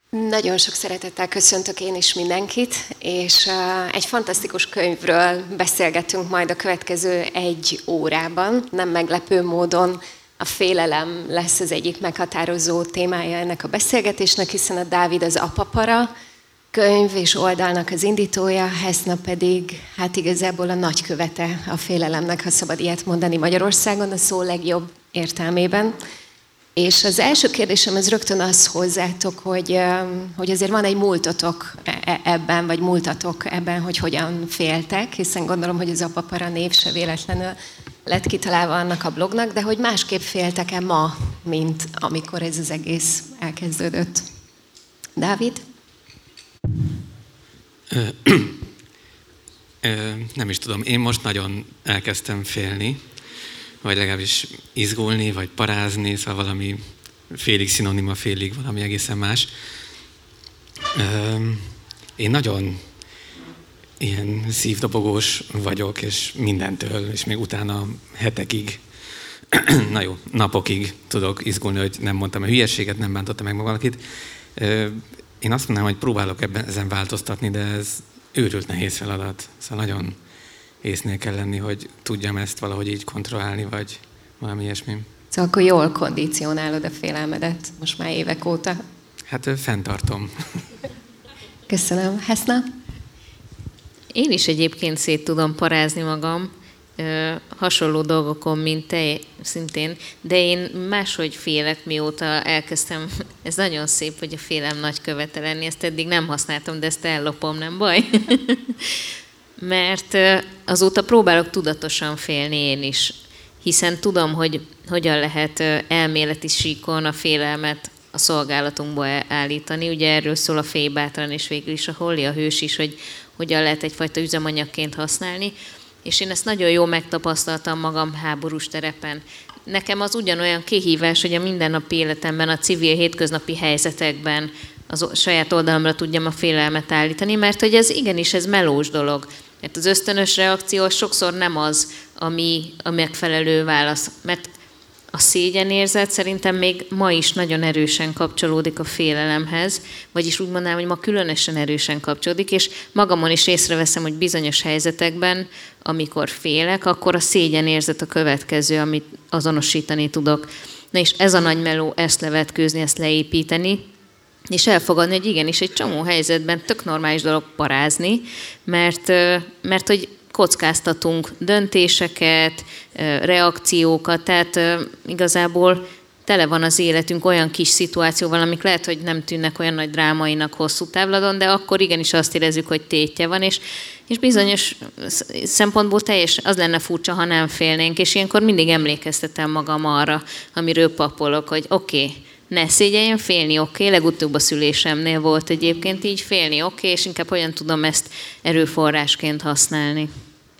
Nagyon sok szeretettel köszöntök én is mindenkit, és egy fantasztikus könyvről beszélgetünk majd a következő 1 órában. Nem meglepő módon a félelem lesz az egyik meghatározó témája ennek a beszélgetésnek, hiszen a Dávid az apapara könyv és oldalnak az indítója, Heszna pedig hát igazából a nagykövete a félelemnek, ha szabad ilyet mondani Magyarországon, a szó legjobb értelmében. És az első kérdésem az rögtön az hozzátok, hogy azért van egy múltatok ebben, vagy múltatok ebben, hogy hogyan féltek, hiszen gondolom, hogy az apapara név se véletlenül lett kitalálva annak a blognak, de hogy másképp féltek-e ma, mint amikor ez az egész elkezdődött. Dávid? Nem is tudom, én most nagyon elkezdtem félni, vagy legalábbis izgulni, vagy parázni, szóval valami félig szinonima, félig valami egészen más. Én nagyon ilyen szívdobogós vagyok, és mindentől, és még utána hetekig, napokig tudok izgulni, hogy nem mondtam a hülyeséget, nem bántottam meg valakit. Én azt mondanám, hogy próbálok ezen változtatni, de ez őrült nehéz feladat. Szóval nagyon észnél kell lenni, hogy tudjam ezt valahogy így kontrollálni, vagy valami ilyesmi. Szóval akkor jól kondicionálod a félelmedet most már évek óta. Hát fenntartom. Köszönöm. Heszna? Én is egyébként szét tudom parázni magam, hasonló dolgokon, mint te szintén, de én máshogy félek, mióta elkezdtem. Ez nagyon szép, hogy a félelem nagykövete lenni, ezt eddig nem használtam, de ezt ellopom, nem baj? Mert azóta próbálok tudatosan félni én is, hiszen tudom, hogy hogyan lehet elméleti síkon a félelmet a szolgálatunkba állítani. Ugye erről szól a Fay bátran, és végül is a Holly a hős is, hogy hogyan lehet egyfajta üzemanyagként használni. És én ezt nagyon jól megtapasztaltam magam háborús terepen. Nekem az ugyanolyan kihívás, hogy a mindennapi életemben, a civil hétköznapi helyzetekben a saját oldalamra tudjam a félelmet állítani, mert hogy ez igenis, ez melós dolog. Mert az ösztönös reakció sokszor nem az, ami a megfelelő válasz. Mert a szégyenérzet szerintem még ma is nagyon erősen kapcsolódik a félelemhez, vagyis úgy mondanám, hogy ma különösen erősen kapcsolódik, és magamon is észreveszem, hogy bizonyos helyzetekben, amikor félek, akkor a szégyenérzet a következő, amit azonosítani tudok. Na és ez a nagy meló, ezt levetkőzni, ezt leépíteni, és elfogadni, hogy igenis egy csomó helyzetben tök normális dolog parázni, mert hogy kockáztatunk döntéseket, reakciókat, tehát igazából tele van az életünk olyan kis szituációval, amik lehet, hogy nem tűnnek olyan nagy drámainak hosszú távlaton, de akkor igenis azt érezzük, hogy tétje van, és bizonyos szempontból az lenne furcsa, ha nem félnénk, és ilyenkor mindig emlékeztetem magam arra, amiről papolok, hogy oké, ne szégyeljen félni, oké, legutóbb a szülésemnél volt egyébként így félni, oké, és inkább hogyan tudom ezt erőforrásként használni.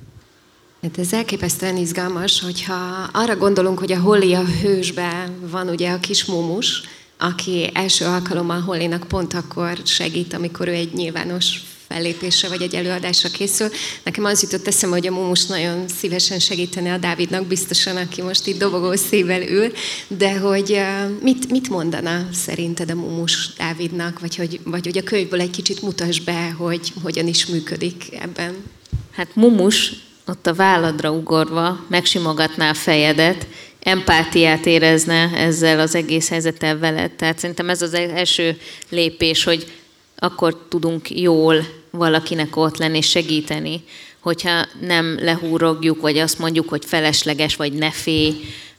Hát ez elképesztően izgalmas, hogyha arra gondolunk, hogy a Holly a hősben van ugye a kis mumus, aki első alkalommal Hollynak pont akkor segít, amikor ő egy nyilvános fellépésre vagy egy előadásra készül. Nekem az jutott eszembe, hogy a mumus nagyon szívesen segítene a Dávidnak, biztosan, aki most itt dobogó szívvel ül, de hogy mit mondana szerinted a mumus Dávidnak, vagy hogy a könyvből egy kicsit mutasd be, hogy hogyan is működik ebben? Hát mumus ott a válladra ugorva megsimogatná a fejedet, empátiát érezne ezzel az egész helyzettel veled. Tehát szerintem ez az első lépés, hogy akkor tudunk jól valakinek ott lenni és segíteni, hogyha nem lehúrogjuk, vagy azt mondjuk, hogy felesleges, vagy ne félj,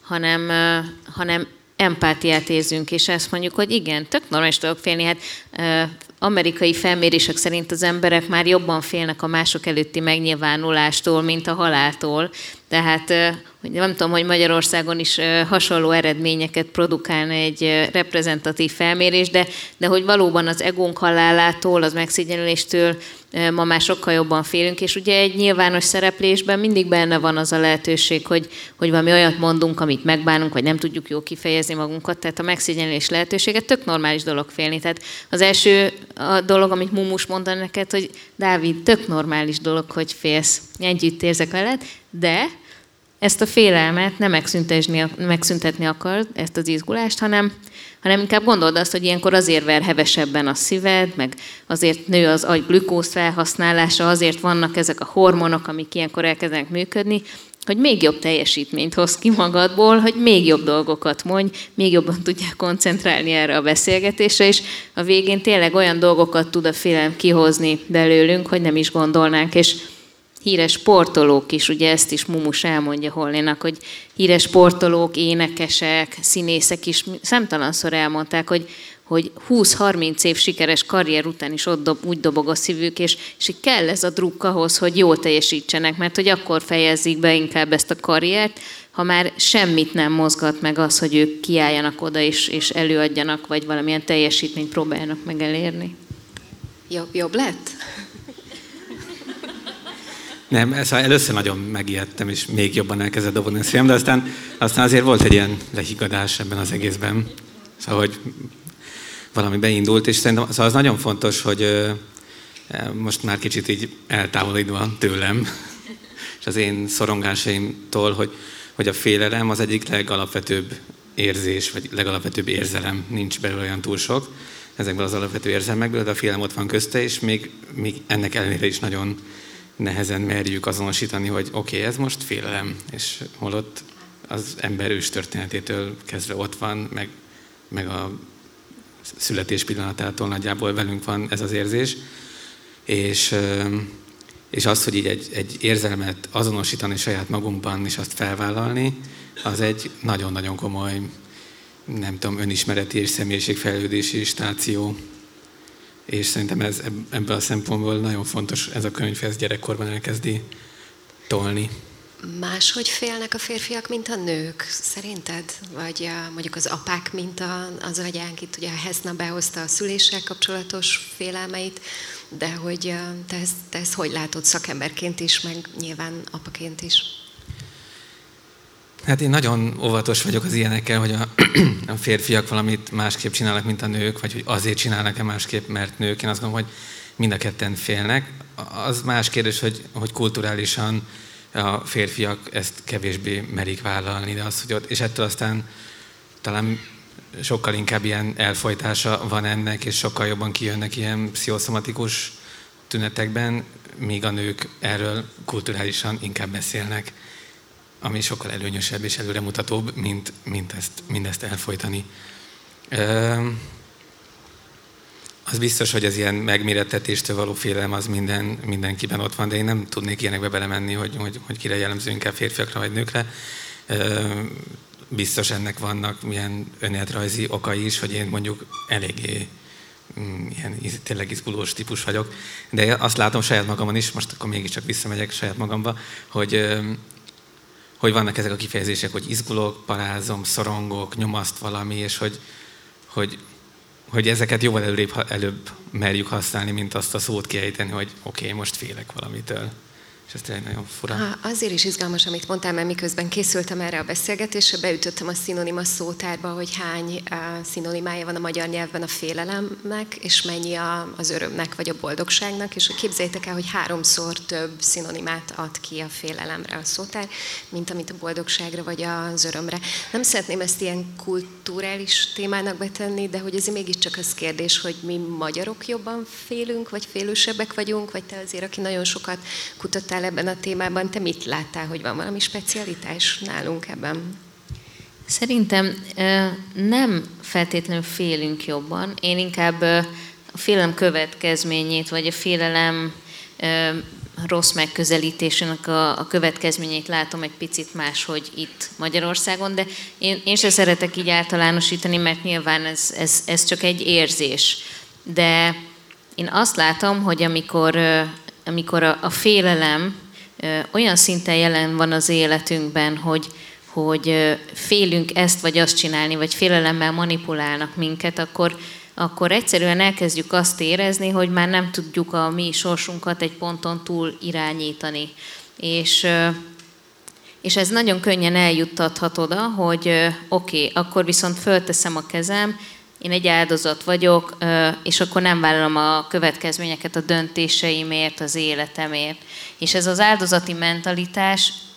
hanem empátiát érzünk, és ezt mondjuk, hogy igen, tök normális tudok félni. Hát amerikai felmérések szerint az emberek már jobban félnek a mások előtti megnyilvánulástól, mint a haláltól. Tehát nem tudom, hogy Magyarországon is hasonló eredményeket produkálna egy reprezentatív felmérés, de hogy valóban az egónk halálától, az megszégyenüléstől ma már sokkal jobban félünk, és ugye egy nyilvános szereplésben mindig benne van az a lehetőség, hogy valami olyat mondunk, amit megbánunk, vagy nem tudjuk jól kifejezni magunkat, tehát a megszégyenülés lehetőséget tök normális dolog félni. Tehát az első dolog, amit mumus mondan neked, hogy Dávid, tök normális dolog, hogy félsz, együtt érzek veled, de ezt a félelmet nem megszüntetni akar, ezt az izgulást, hanem inkább gondold azt, hogy ilyenkor azért ver hevesebben a szíved, meg azért nő az agy glükóz felhasználása, azért vannak ezek a hormonok, amik ilyenkor elkezdenek működni, hogy még jobb teljesítményt hoz ki magadból, hogy még jobb dolgokat mondj, még jobban tudják koncentrálni erre a beszélgetésre, és a végén tényleg olyan dolgokat tud a félelem kihozni belőlünk, hogy nem is gondolnánk, és híres sportolók is, ugye ezt is Mumus elmondja Hollénak, hogy híres sportolók, énekesek, színészek is számtalanszor elmondták, hogy 20-30 év sikeres karrier után is úgy dobog a szívük, és így kell ez a drukk ahhoz, hogy jól teljesítsenek, mert hogy akkor fejezzék be inkább ezt a karriert, ha már semmit nem mozgat meg az, hogy ők kiálljanak oda és előadjanak, vagy valamilyen teljesítményt próbáljanak meg elérni. Jobb lett? Nem, szóval először nagyon megijedtem, és még jobban elkezdett dobogni a szívem, de aztán azért volt egy ilyen lehigadás ebben az egészben. Szóval, hogy valami beindult, és szerintem szóval az nagyon fontos, hogy most már kicsit így eltávolítva tőlem, és az én szorongásaimtól, hogy a félelem az egyik legalapvetőbb érzés, vagy legalapvetőbb érzelem, nincs belőle olyan túl sok ezekből az alapvető érzelmekből, de a félelem ott van közte, és még ennek ellenére is nagyon nehezen merjük azonosítani, hogy oké, ez most félelem, és holott az ember őstörténetétől kezdve ott van, meg a születés pillanatától nagyjából velünk van ez az érzés, és az, hogy így egy érzelmet azonosítani saját magunkban, és azt felvállalni, az egy nagyon-nagyon komoly, nem tudom, önismereti és személyiségfejlődési stáció. És szerintem ebből a szempontból nagyon fontos ez a könyv, ez gyerekkorban elkezdi tolni. Máshogy félnek a férfiak, mint a nők, szerinted? Vagy mondjuk az apák, mint az agyánk, itt ugye a Heszna behozta a szüléssel kapcsolatos félelmeit, de hogy te ezt hogy látod szakemberként is, meg nyilván apaként is? Hát én nagyon óvatos vagyok az ilyenekkel, hogy a férfiak valamit másképp csinálnak, mint a nők, vagy hogy azért csinálnak-e másképp, mert nők. Én azt gondolom, hogy mind a ketten félnek. Az más kérdés, hogy kulturálisan a férfiak ezt kevésbé merik vállalni, de az, hogy ott, és ettől aztán talán sokkal inkább ilyen elfojtása van ennek, és sokkal jobban kijönnek ilyen pszichoszomatikus tünetekben, míg a nők erről kulturálisan inkább beszélnek, ami sokkal előnyösebb és előremutatóbb, mint mindezt elfojtani. Az biztos, hogy az ilyen megmérettetéstől való félelem az mindenkiben ott van, de én nem tudnék ilyenekbe belemenni, hogy kire jellemző, inkább férfiakra vagy nőkre. Biztos ennek vannak ilyen önéletrajzi okai is, hogy én mondjuk eléggé ilyen tényleg izgulós típus vagyok, de azt látom saját magamon is, most akkor mégiscsak visszamegyek saját magamba, hogy vannak ezek a kifejezések, hogy izgulok, parázom, szorongok, nyomaszt valami, és hogy ezeket jóval előbb merjük használni, mint azt a szót kiejteni, hogy oké, most félek valamitől. És ez tényleg nagyon fura. Azért is izgalmas, amit mondtál, mert miközben készültem erre a beszélgetésre, beütöttem a szinonima szótárba, hogy hány szinonimája van a magyar nyelvben a félelemnek, és mennyi az örömnek, vagy a boldogságnak, és képzeljétek el, hogy 3-szor több szinonimát ad ki a félelemre a szótár, mint amit a boldogságra, vagy az örömre. Nem szeretném ezt ilyen kulturális témának betenni, de hogy ez mégiscsak az kérdés, hogy mi magyarok jobban félünk, vagy félősebbek vagyunk, vagy te azért, aki nagyon sokat kutattál ebben a témában, te mit láttál, hogy van valami specialitás nálunk ebben? Szerintem nem feltétlenül félünk jobban. Én inkább a félelem következményét, vagy a félelem rossz megközelítésének a következményeit látom egy picit máshogy itt Magyarországon, de én sem szeretek így általánosítani, mert nyilván ez csak egy érzés. De én azt látom, hogy amikor a félelem olyan szinten jelen van az életünkben, hogy félünk ezt vagy azt csinálni, vagy félelemmel manipulálnak minket, akkor egyszerűen elkezdjük azt érezni, hogy már nem tudjuk a mi sorsunkat egy ponton túl irányítani. És ez nagyon könnyen eljuttathat oda, hogy oké, akkor viszont fölteszem a kezem, én egy áldozat vagyok, és akkor nem vállalom a következményeket a döntéseimért, az életemért. És ez az áldozati mentalitás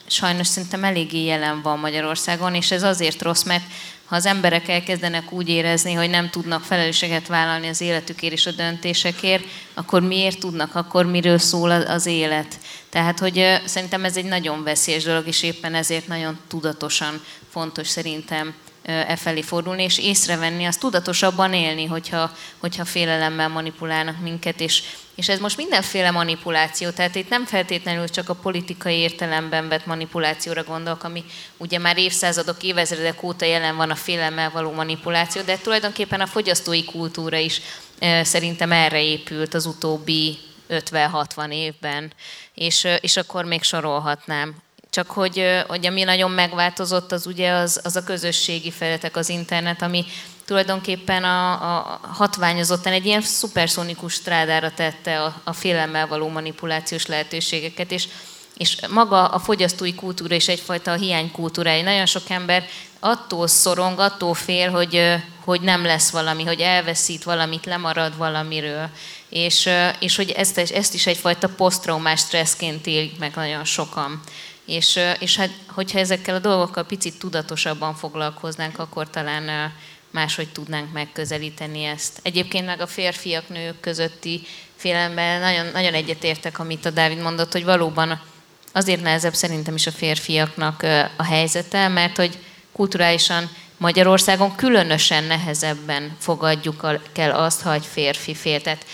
sajnos szerintem eléggé jelen van Magyarországon, és ez azért rossz, mert ha az emberek elkezdenek úgy érezni, hogy nem tudnak felelősséget vállalni az életükért és a döntésekért, akkor miért tudnak, akkor miről szól az élet? Tehát, hogy szerintem ez egy nagyon veszélyes dolog, és éppen ezért nagyon tudatosan fontos szerintem felé fordulni, és észrevenni, azt tudatosabban élni, hogyha félelemmel manipulálnak minket, és ez most mindenféle manipuláció, tehát itt nem feltétlenül csak a politikai értelemben vett manipulációra gondolok, ami ugye már évszázadok, évezredek óta jelen van a félelemmel való manipuláció, de tulajdonképpen a fogyasztói kultúra is szerintem erre épült az utóbbi 50-60 évben, és akkor még sorolhatnám. Csak hogy ami nagyon megváltozott, az ugye az a közösségi felületek, az internet, ami tulajdonképpen a hatványozottan egy ilyen szuperszonikus strádára tette a félelemmel való manipulációs lehetőségeket, és maga a fogyasztói kultúra is egyfajta hiánykultúrája. Nagyon sok ember attól szorong, attól fél, hogy nem lesz valami, hogy elveszít valamit, lemarad valamiről. És hogy ezt is egyfajta posztraumás stresszként élik meg nagyon sokan. És hát, hogyha ezekkel a dolgokkal picit tudatosabban foglalkoznánk, akkor talán máshogy tudnánk megközelíteni ezt. Egyébként meg a férfiak, nők közötti félelemben nagyon, nagyon egyetértek, amit a Dávid mondott, hogy valóban azért nehezebb szerintem is a férfiaknak a helyzete, mert hogy kulturálisan Magyarországon különösen nehezebben fogadjuk el azt, ha egy férfi fél. Tehát,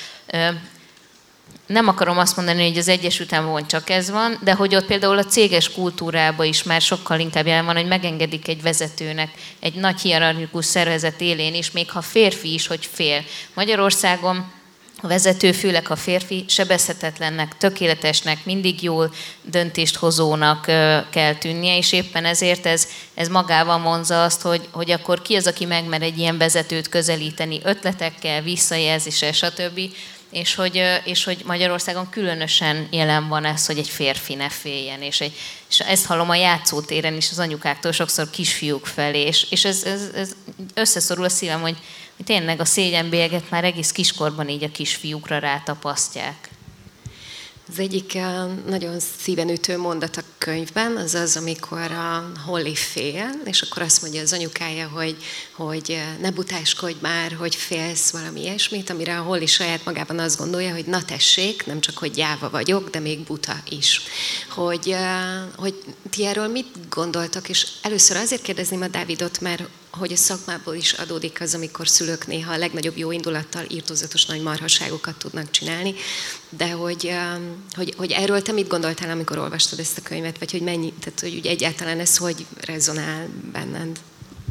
nem akarom azt mondani, hogy az Egyesült Államokban csak ez van, de hogy ott például a céges kultúrában is már sokkal inkább jelen van, hogy megengedik egy vezetőnek egy nagy hierarchikus szervezet élén is, még ha férfi is, hogy fél. Magyarországon a vezető, főleg a férfi, sebezhetetlennek, tökéletesnek, mindig jól döntést hozónak kell tűnnie, és éppen ezért ez magával vonzza azt, hogy akkor ki az, aki megmer egy ilyen vezetőt közelíteni ötletekkel, visszajelzéssel, stb., és hogy Magyarországon különösen jelen van ez, hogy egy férfi ne féljen, és ezt hallom a játszótéren is az anyukáktól sokszor kisfiúk felé, és ez összeszorul a szívem, hogy tényleg a szégyenbélyeget már egész kiskorban így a kisfiúkra rátapasztják. Az egyik nagyon szíven ütő mondat a könyvben, az az, amikor a Holly fél, és akkor azt mondja az anyukája, hogy ne butáskodj már, hogy félsz valami ilyesmit, amire a Holly saját magában azt gondolja, hogy na tessék, nem csak, hogy gyáva vagyok, de még buta is. Hogy ti erről mit gondoltak, és először azért kérdezném a Dávidot, mert hogy a szakmából is adódik az, amikor szülők néha a legnagyobb jó indulattal írtózatos nagy marhaságokat tudnak csinálni, de hogy erről te mit gondoltál, amikor olvastad ezt a könyvet, vagy hogy mennyi, tehát hogy egyáltalán ez hogy rezonál benned?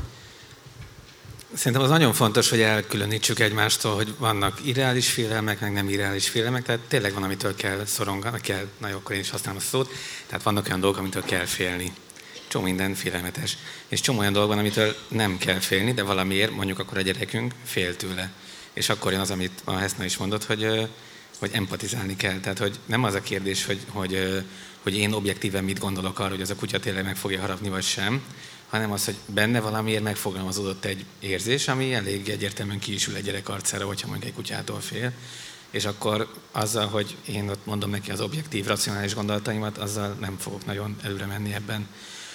Szerintem az nagyon fontos, hogy elkülönítsük egymástól, hogy vannak irreális félelmek, meg nem irreális félelmek, tehát tényleg van, amitől kell szorongani, na jó, akkor én is használom a szót, tehát vannak olyan dolgok, amitől kell félni. Csomó minden félelmetes. És csomó olyan dolog van, amitől nem kell félni, de valamiért, mondjuk akkor a gyerekünk fél tőle. És akkor jön az, amit a Heszna is mondott, hogy empatizálni kell. Tehát, hogy nem az a kérdés, hogy én objektíven mit gondolok arra, hogy az a kutya tényleg meg fogja harapni, vagy sem, hanem az, hogy benne valamiért megfogalmazódott egy érzés, ami elég egyértelműen kiisül egy gyerek arcára, hogyha mondjuk egy kutyától fél. És akkor azzal, hogy én ott mondom neki az objektív, racionális gondolataimat, azzal nem fogok nagyon előre menni ebben.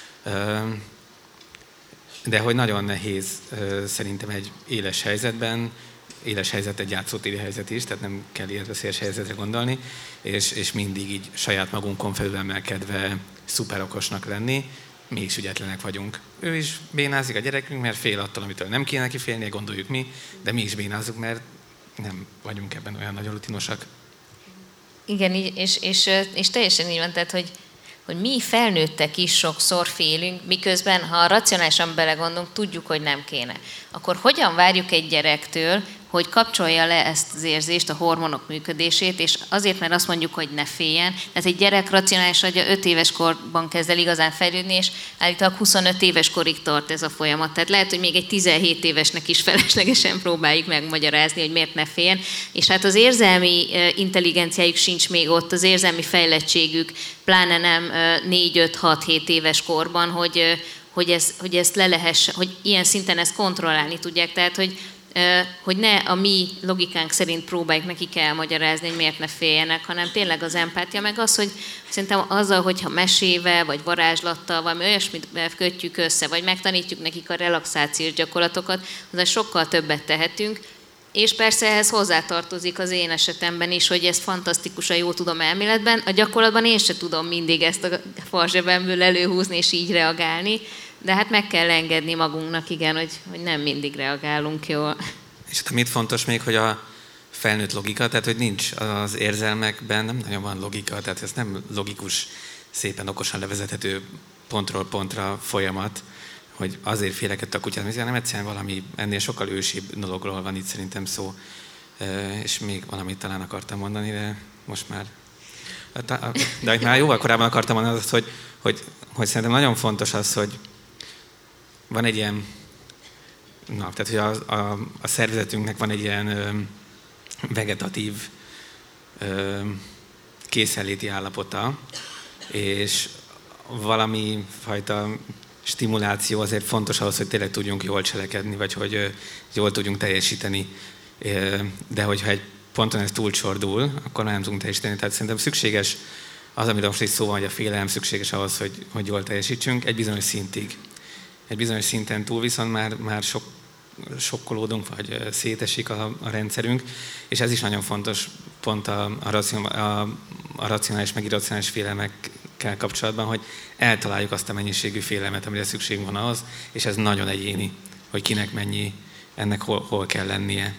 De hogy nagyon nehéz szerintem egy éles helyzetben, éles helyzet egy játszótéri helyzet is, tehát nem kell ilyen veszélyes helyzetre gondolni, és mindig így saját magunkon felülemelkedve szuper okosnak lenni, mi is ügyetlenek vagyunk. Ő is bénázik, a gyerekünk, mert fél attól, amitől nem kéne neki félnie, gondoljuk mi, de mi is bénázunk, mert nem vagyunk ebben olyan nagyon rutinosak. Igen, és teljesen így van, tehát, hogy mi felnőttek is sokszor félünk, miközben, ha racionálisan belegondolunk, tudjuk, hogy nem kéne. Akkor hogyan várjuk egy gyerektől, hogy kapcsolja le ezt az érzést, a hormonok működését, és azért, mert azt mondjuk, hogy ne féljen. Tehát egy gyerek racionális agya 5 éves korban kezd el igazán fejlődni, és állítólag 25 éves korig tart ez a folyamat. Tehát lehet, hogy még egy 17 évesnek is feleslegesen próbáljuk megmagyarázni, hogy miért ne féljen. És hát az érzelmi intelligenciájuk sincs még ott, az érzelmi fejlettségük, pláne nem 4-5-6-7 éves korban, hogy ezt le lehessen, hogy ilyen szinten ezt kontrollálni tudják. Tehát, hogy hogy ne a mi logikánk szerint próbáljuk nekik elmagyarázni, hogy miért ne féljenek, hanem tényleg az empátia, meg az, hogy szerintem azzal, hogyha mesével, vagy varázslattal, valami olyasmit kötjük össze, vagy megtanítjuk nekik a relaxációs gyakorlatokat, azzal sokkal többet tehetünk, és persze ehhez hozzátartozik az én esetemben is, hogy ezt fantasztikusan jól tudom elméletben. A gyakorlatban én se tudom mindig ezt a farzsebemből előhúzni és így reagálni, de hát meg kell engedni magunknak, igen, hogy nem mindig reagálunk jól. És amit fontos még, hogy a felnőtt logika, tehát hogy nincs az érzelmekben, nem nagyon van logika, tehát ez nem logikus, szépen okosan levezethető pontról pontra folyamat, hogy azért félek a kutyát, hanem egyszerűen valami ennél sokkal ősibb dologról van itt szerintem szó. És még valamit talán akartam mondani, de most már... De már jóval korábban akartam mondani azt, hogy szerintem nagyon fontos az, hogy van egy ilyen... tehát hogy a szervezetünknek van egy ilyen vegetatív készenléti állapota, és valami fajta stimuláció azért fontos ahhoz, hogy tényleg tudjunk jól cselekedni, vagy hogy jól tudjunk teljesíteni. De hogyha egy ponton ez túlcsordul, akkor már nem tudunk teljesíteni. Tehát szerintem szükséges az, amiről most is szó van, hogy a félelem szükséges ahhoz, hogy jól teljesítsünk, egy bizonyos szintig. Egy bizonyos szinten túl viszont már sokkolódunk, vagy szétesik a rendszerünk, és ez is nagyon fontos pont a racionális meg irracionális félelmekkel kapcsolatban, hogy eltaláljuk azt a mennyiségű félelmet, amire szükség van ahhoz, és ez nagyon egyéni, hogy kinek mennyi, ennek hol kell lennie.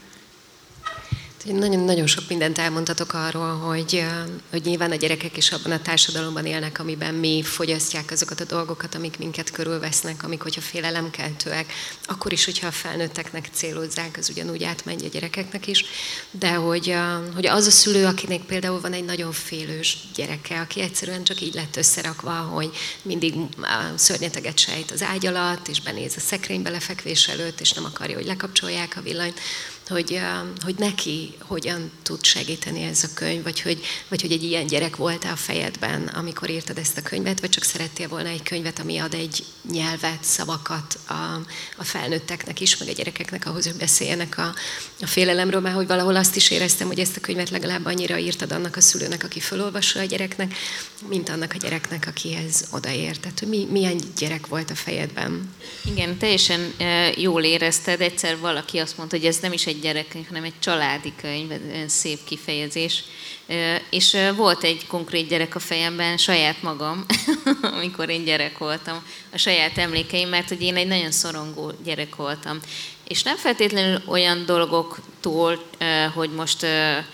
Nagyon sok mindent elmondhatok arról, hogy nyilván a gyerekek is abban a társadalomban élnek, amiben mi fogyasztják azokat a dolgokat, amik minket körülvesznek, amik, hogyha félelemkeltőek, akkor is, hogyha a felnőtteknek célozzák, az ugyanúgy átmegy a gyerekeknek is, de hogy az a szülő, akinek például van egy nagyon félős gyereke, aki egyszerűen csak így lett összerakva, hogy mindig szörnyeteget sejt az ágy alatt, és benéz a szekrénybe lefekvés előtt, és nem akarja, hogy lekapcsolják a villanyt, hogy neki hogyan tud segíteni ez a könyv, vagy hogy egy ilyen gyerek voltál a fejedben, amikor írtad ezt a könyvet, vagy csak szerettél volna egy könyvet, ami ad egy nyelvet, szavakat a felnőtteknek is, meg a gyerekeknek ahhoz, hogy beszéljenek a félelemről, mert hogy valahol azt is éreztem, hogy ezt a könyvet legalább annyira írtad annak a szülőnek, aki felolvassa a gyereknek, mint annak a gyereknek, akihez odaért. Tehát, hogy milyen gyerek volt a fejedben? Igen, teljesen jól érezted. Egyszer valaki azt mondta, hogy ez nem is egy gyerekkönyv, hanem egy családi könyv, olyan szép kifejezés. És volt egy konkrét gyerek a fejemben, saját magam, amikor én gyerek voltam, a saját emlékeim, mert hogy én egy nagyon szorongó gyerek voltam. És nem feltétlenül olyan dolgoktól, hogy most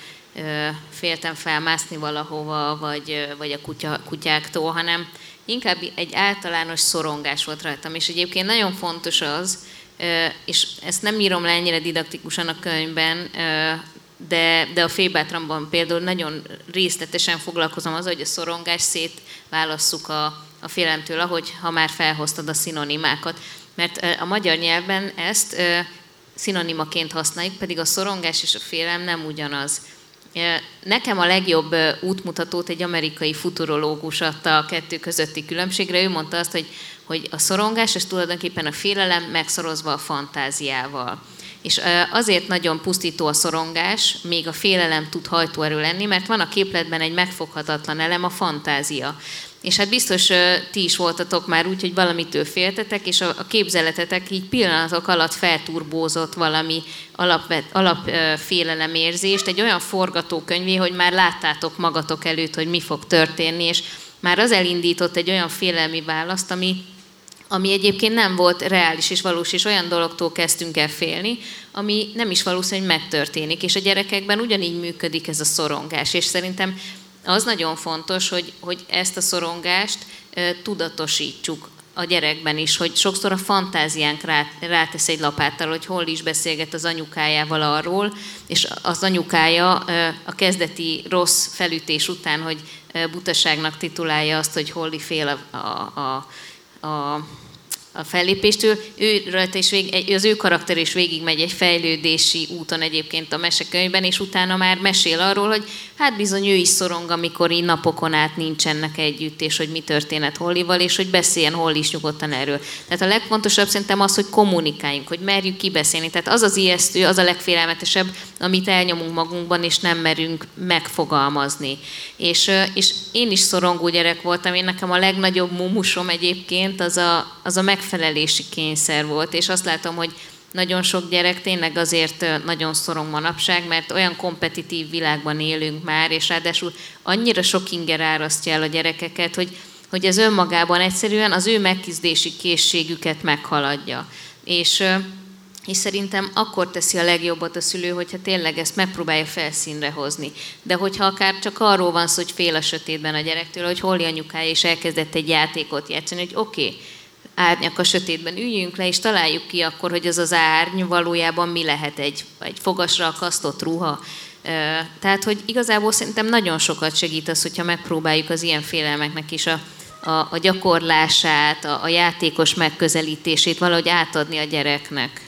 féltem felmászni valahova, vagy a kutyáktól, hanem inkább egy általános szorongás volt rajtam. És egyébként nagyon fontos az, és ezt nem írom le ennyire didaktikusan a könyvben, de a félbátramban például nagyon részletesen foglalkozom azzal, hogy a szorongást szétválasszuk a félelemtől, ahogy ha már felhoztad a szinonimákat. Mert a magyar nyelvben ezt szinonimaként használjuk, pedig a szorongás és a félelem nem ugyanaz. Nekem a legjobb útmutatót egy amerikai futurológus adta a kettő közötti különbségre. Ő mondta azt, hogy a szorongás, ez tulajdonképpen a félelem megszorozva a fantáziával. És azért nagyon pusztító a szorongás, még a félelem tud hajtóerő lenni, mert van a képletben egy megfoghatatlan elem, a fantázia. És hát biztos ti is voltatok már úgy, hogy valamitől féltetek, és a képzeletetek így pillanatok alatt felturbózott valami alapfélelemérzést, egy olyan forgatókönyvé, hogy már láttátok magatok előtt, hogy mi fog történni, és már az elindított egy olyan félelmi választ, ami egyébként nem volt reális és valós, és olyan dologtól kezdtünk el félni, ami nem is valószínű, hogy megtörténik. És a gyerekekben ugyanígy működik ez a szorongás. És szerintem az nagyon fontos, hogy ezt a szorongást tudatosítsuk a gyerekben is, hogy sokszor a fantáziánk rátesz egy lapáttal, hogy hol is beszélget az anyukájával arról, és az anyukája a kezdeti rossz felütés után, hogy butaságnak titulálja azt, hogy Holly fél a fellépéstől, az ő karakter is végigmegy egy fejlődési úton egyébként a mesekönyvben, és utána már mesél arról, hogy hát bizony ő is szorong, amikor így napokon át nincsenek együtt, és hogy mi történet Hollyval, és hogy beszéljen Holly is nyugodtan erről. Tehát a legfontosabb szerintem az, hogy kommunikáljunk, hogy merjük kibeszélni. Tehát az az ijesztő, az a legfélelmetesebb, amit elnyomunk magunkban, és nem merünk megfogalmazni. És én is szorongó gyerek voltam, én nekem a legnagyobb mumusom egyébként az a megfelelési kényszer volt, és azt látom, hogy nagyon sok gyerek tényleg azért nagyon szorong manapság, mert olyan kompetitív világban élünk már, és ráadásul annyira sok inger árasztja el a gyerekeket, hogy ez önmagában egyszerűen az ő megküzdési készségüket meghaladja. És szerintem akkor teszi a legjobbat a szülő, hogyha tényleg ezt megpróbálja felszínre hozni. De hogyha akár csak arról van szó, hogy fél a sötétben a gyerektől, hogy Holly anyukája is elkezdett egy játékot játszani, hogy oké, árnyak a sötétben, üljünk le, és találjuk ki akkor, hogy az az árny valójában mi lehet, egy fogasra akasztott ruha. Tehát, hogy igazából szerintem nagyon sokat segít az, hogyha megpróbáljuk az ilyen félelmeknek is a gyakorlását, a játékos megközelítését valahogy átadni a gyereknek.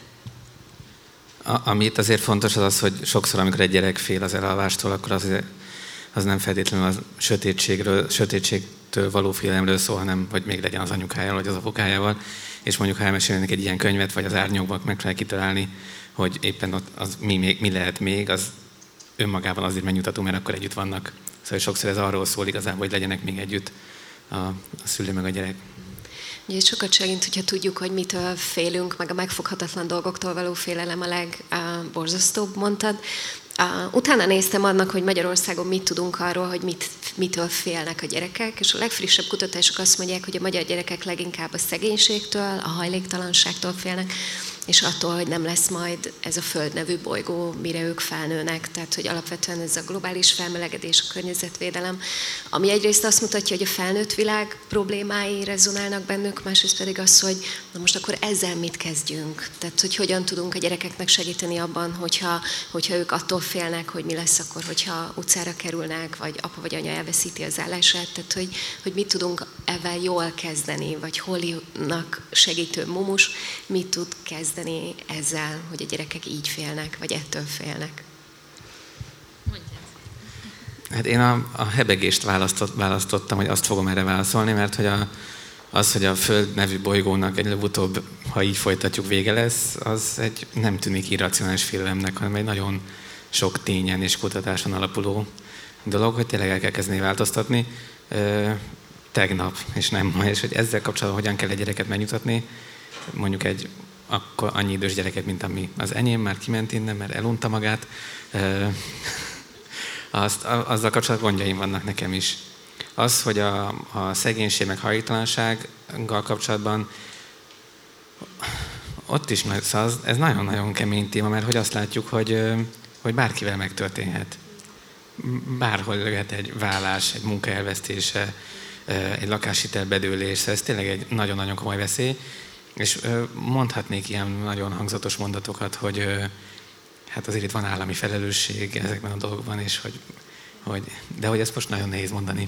Ami itt azért fontos az, hogy sokszor, amikor egy gyerek fél az elalvástól, akkor az nem feltétlenül a sötétségtől való félelemről szól, hanem hogy még legyen az anyukájával, vagy az apukájával, és mondjuk ha elmesélnek egy ilyen könyvet, vagy az árnyokban meg kell kitalálni, hogy éppen ott az mi lehet még, az önmagában azért megnyugtató, mert akkor együtt vannak. Szóval sokszor ez arról szól igazából, hogy legyenek még együtt a szülő meg a gyerek. Ugye sokat segít, hogyha tudjuk, hogy mitől félünk, meg a megfoghatatlan dolgoktól való félelem a legborzasztóbb, mondtad. Utána néztem annak, hogy Magyarországon mit tudunk arról, hogy mitől félnek a gyerekek, és a legfrissebb kutatások azt mondják, hogy a magyar gyerekek leginkább a szegénységtől, a hajléktalanságtól félnek, és attól, hogy nem lesz majd ez a Föld nevű bolygó, mire ők felnőnek. Tehát, hogy alapvetően ez a globális felmelegedés, a környezetvédelem, ami egyrészt azt mutatja, hogy a felnőtt világ problémái rezonálnak bennük, másrészt pedig az, hogy na most akkor ezzel mit kezdjünk. Tehát, hogy hogyan tudunk a gyerekeknek segíteni abban, hogyha ők attól félnek, hogy mi lesz akkor, hogyha utcára kerülnek, vagy apa vagy anya elveszíti az állását. Tehát, hogy mit tudunk ezzel jól kezdeni, vagy Hollynak segítő mumus mit tud kezdeni ezzel, hogy a gyerekek így félnek, vagy ettől félnek? Hát én a hebegést választottam, hogy azt fogom erre válaszolni, mert hogy a Föld nevű bolygónak előbb-utóbb, ha így folytatjuk, vége lesz, az nem tűnik irracionális félelemnek, hanem egy nagyon sok tényen és kutatáson alapuló dolog, hogy tényleg el kell kezdeni változtatni tegnap, és nem ma, és hogy ezzel kapcsolatban hogyan kell egy gyereket megnyugtatni, mondjuk egy akkor annyi idős gyereket, mint ami az enyém, már kiment innen, mert elunta magát. Azzal kapcsolatban gondjaim vannak nekem is. Az, hogy a szegénység meg hajléktalansággal kapcsolatban ott is ez nagyon-nagyon kemény téma, mert hogy azt látjuk, hogy bárkivel megtörténhet. Bárhol lehet egy vállás, egy munka elvesztése, egy lakáshitel bedőlés, ez tényleg egy nagyon-nagyon komoly veszély. És mondhatnék ilyen nagyon hangzatos mondatokat, hogy hát azért itt van állami felelősség ezekben a dolgokban, és de hogy ezt most nagyon nehéz mondani.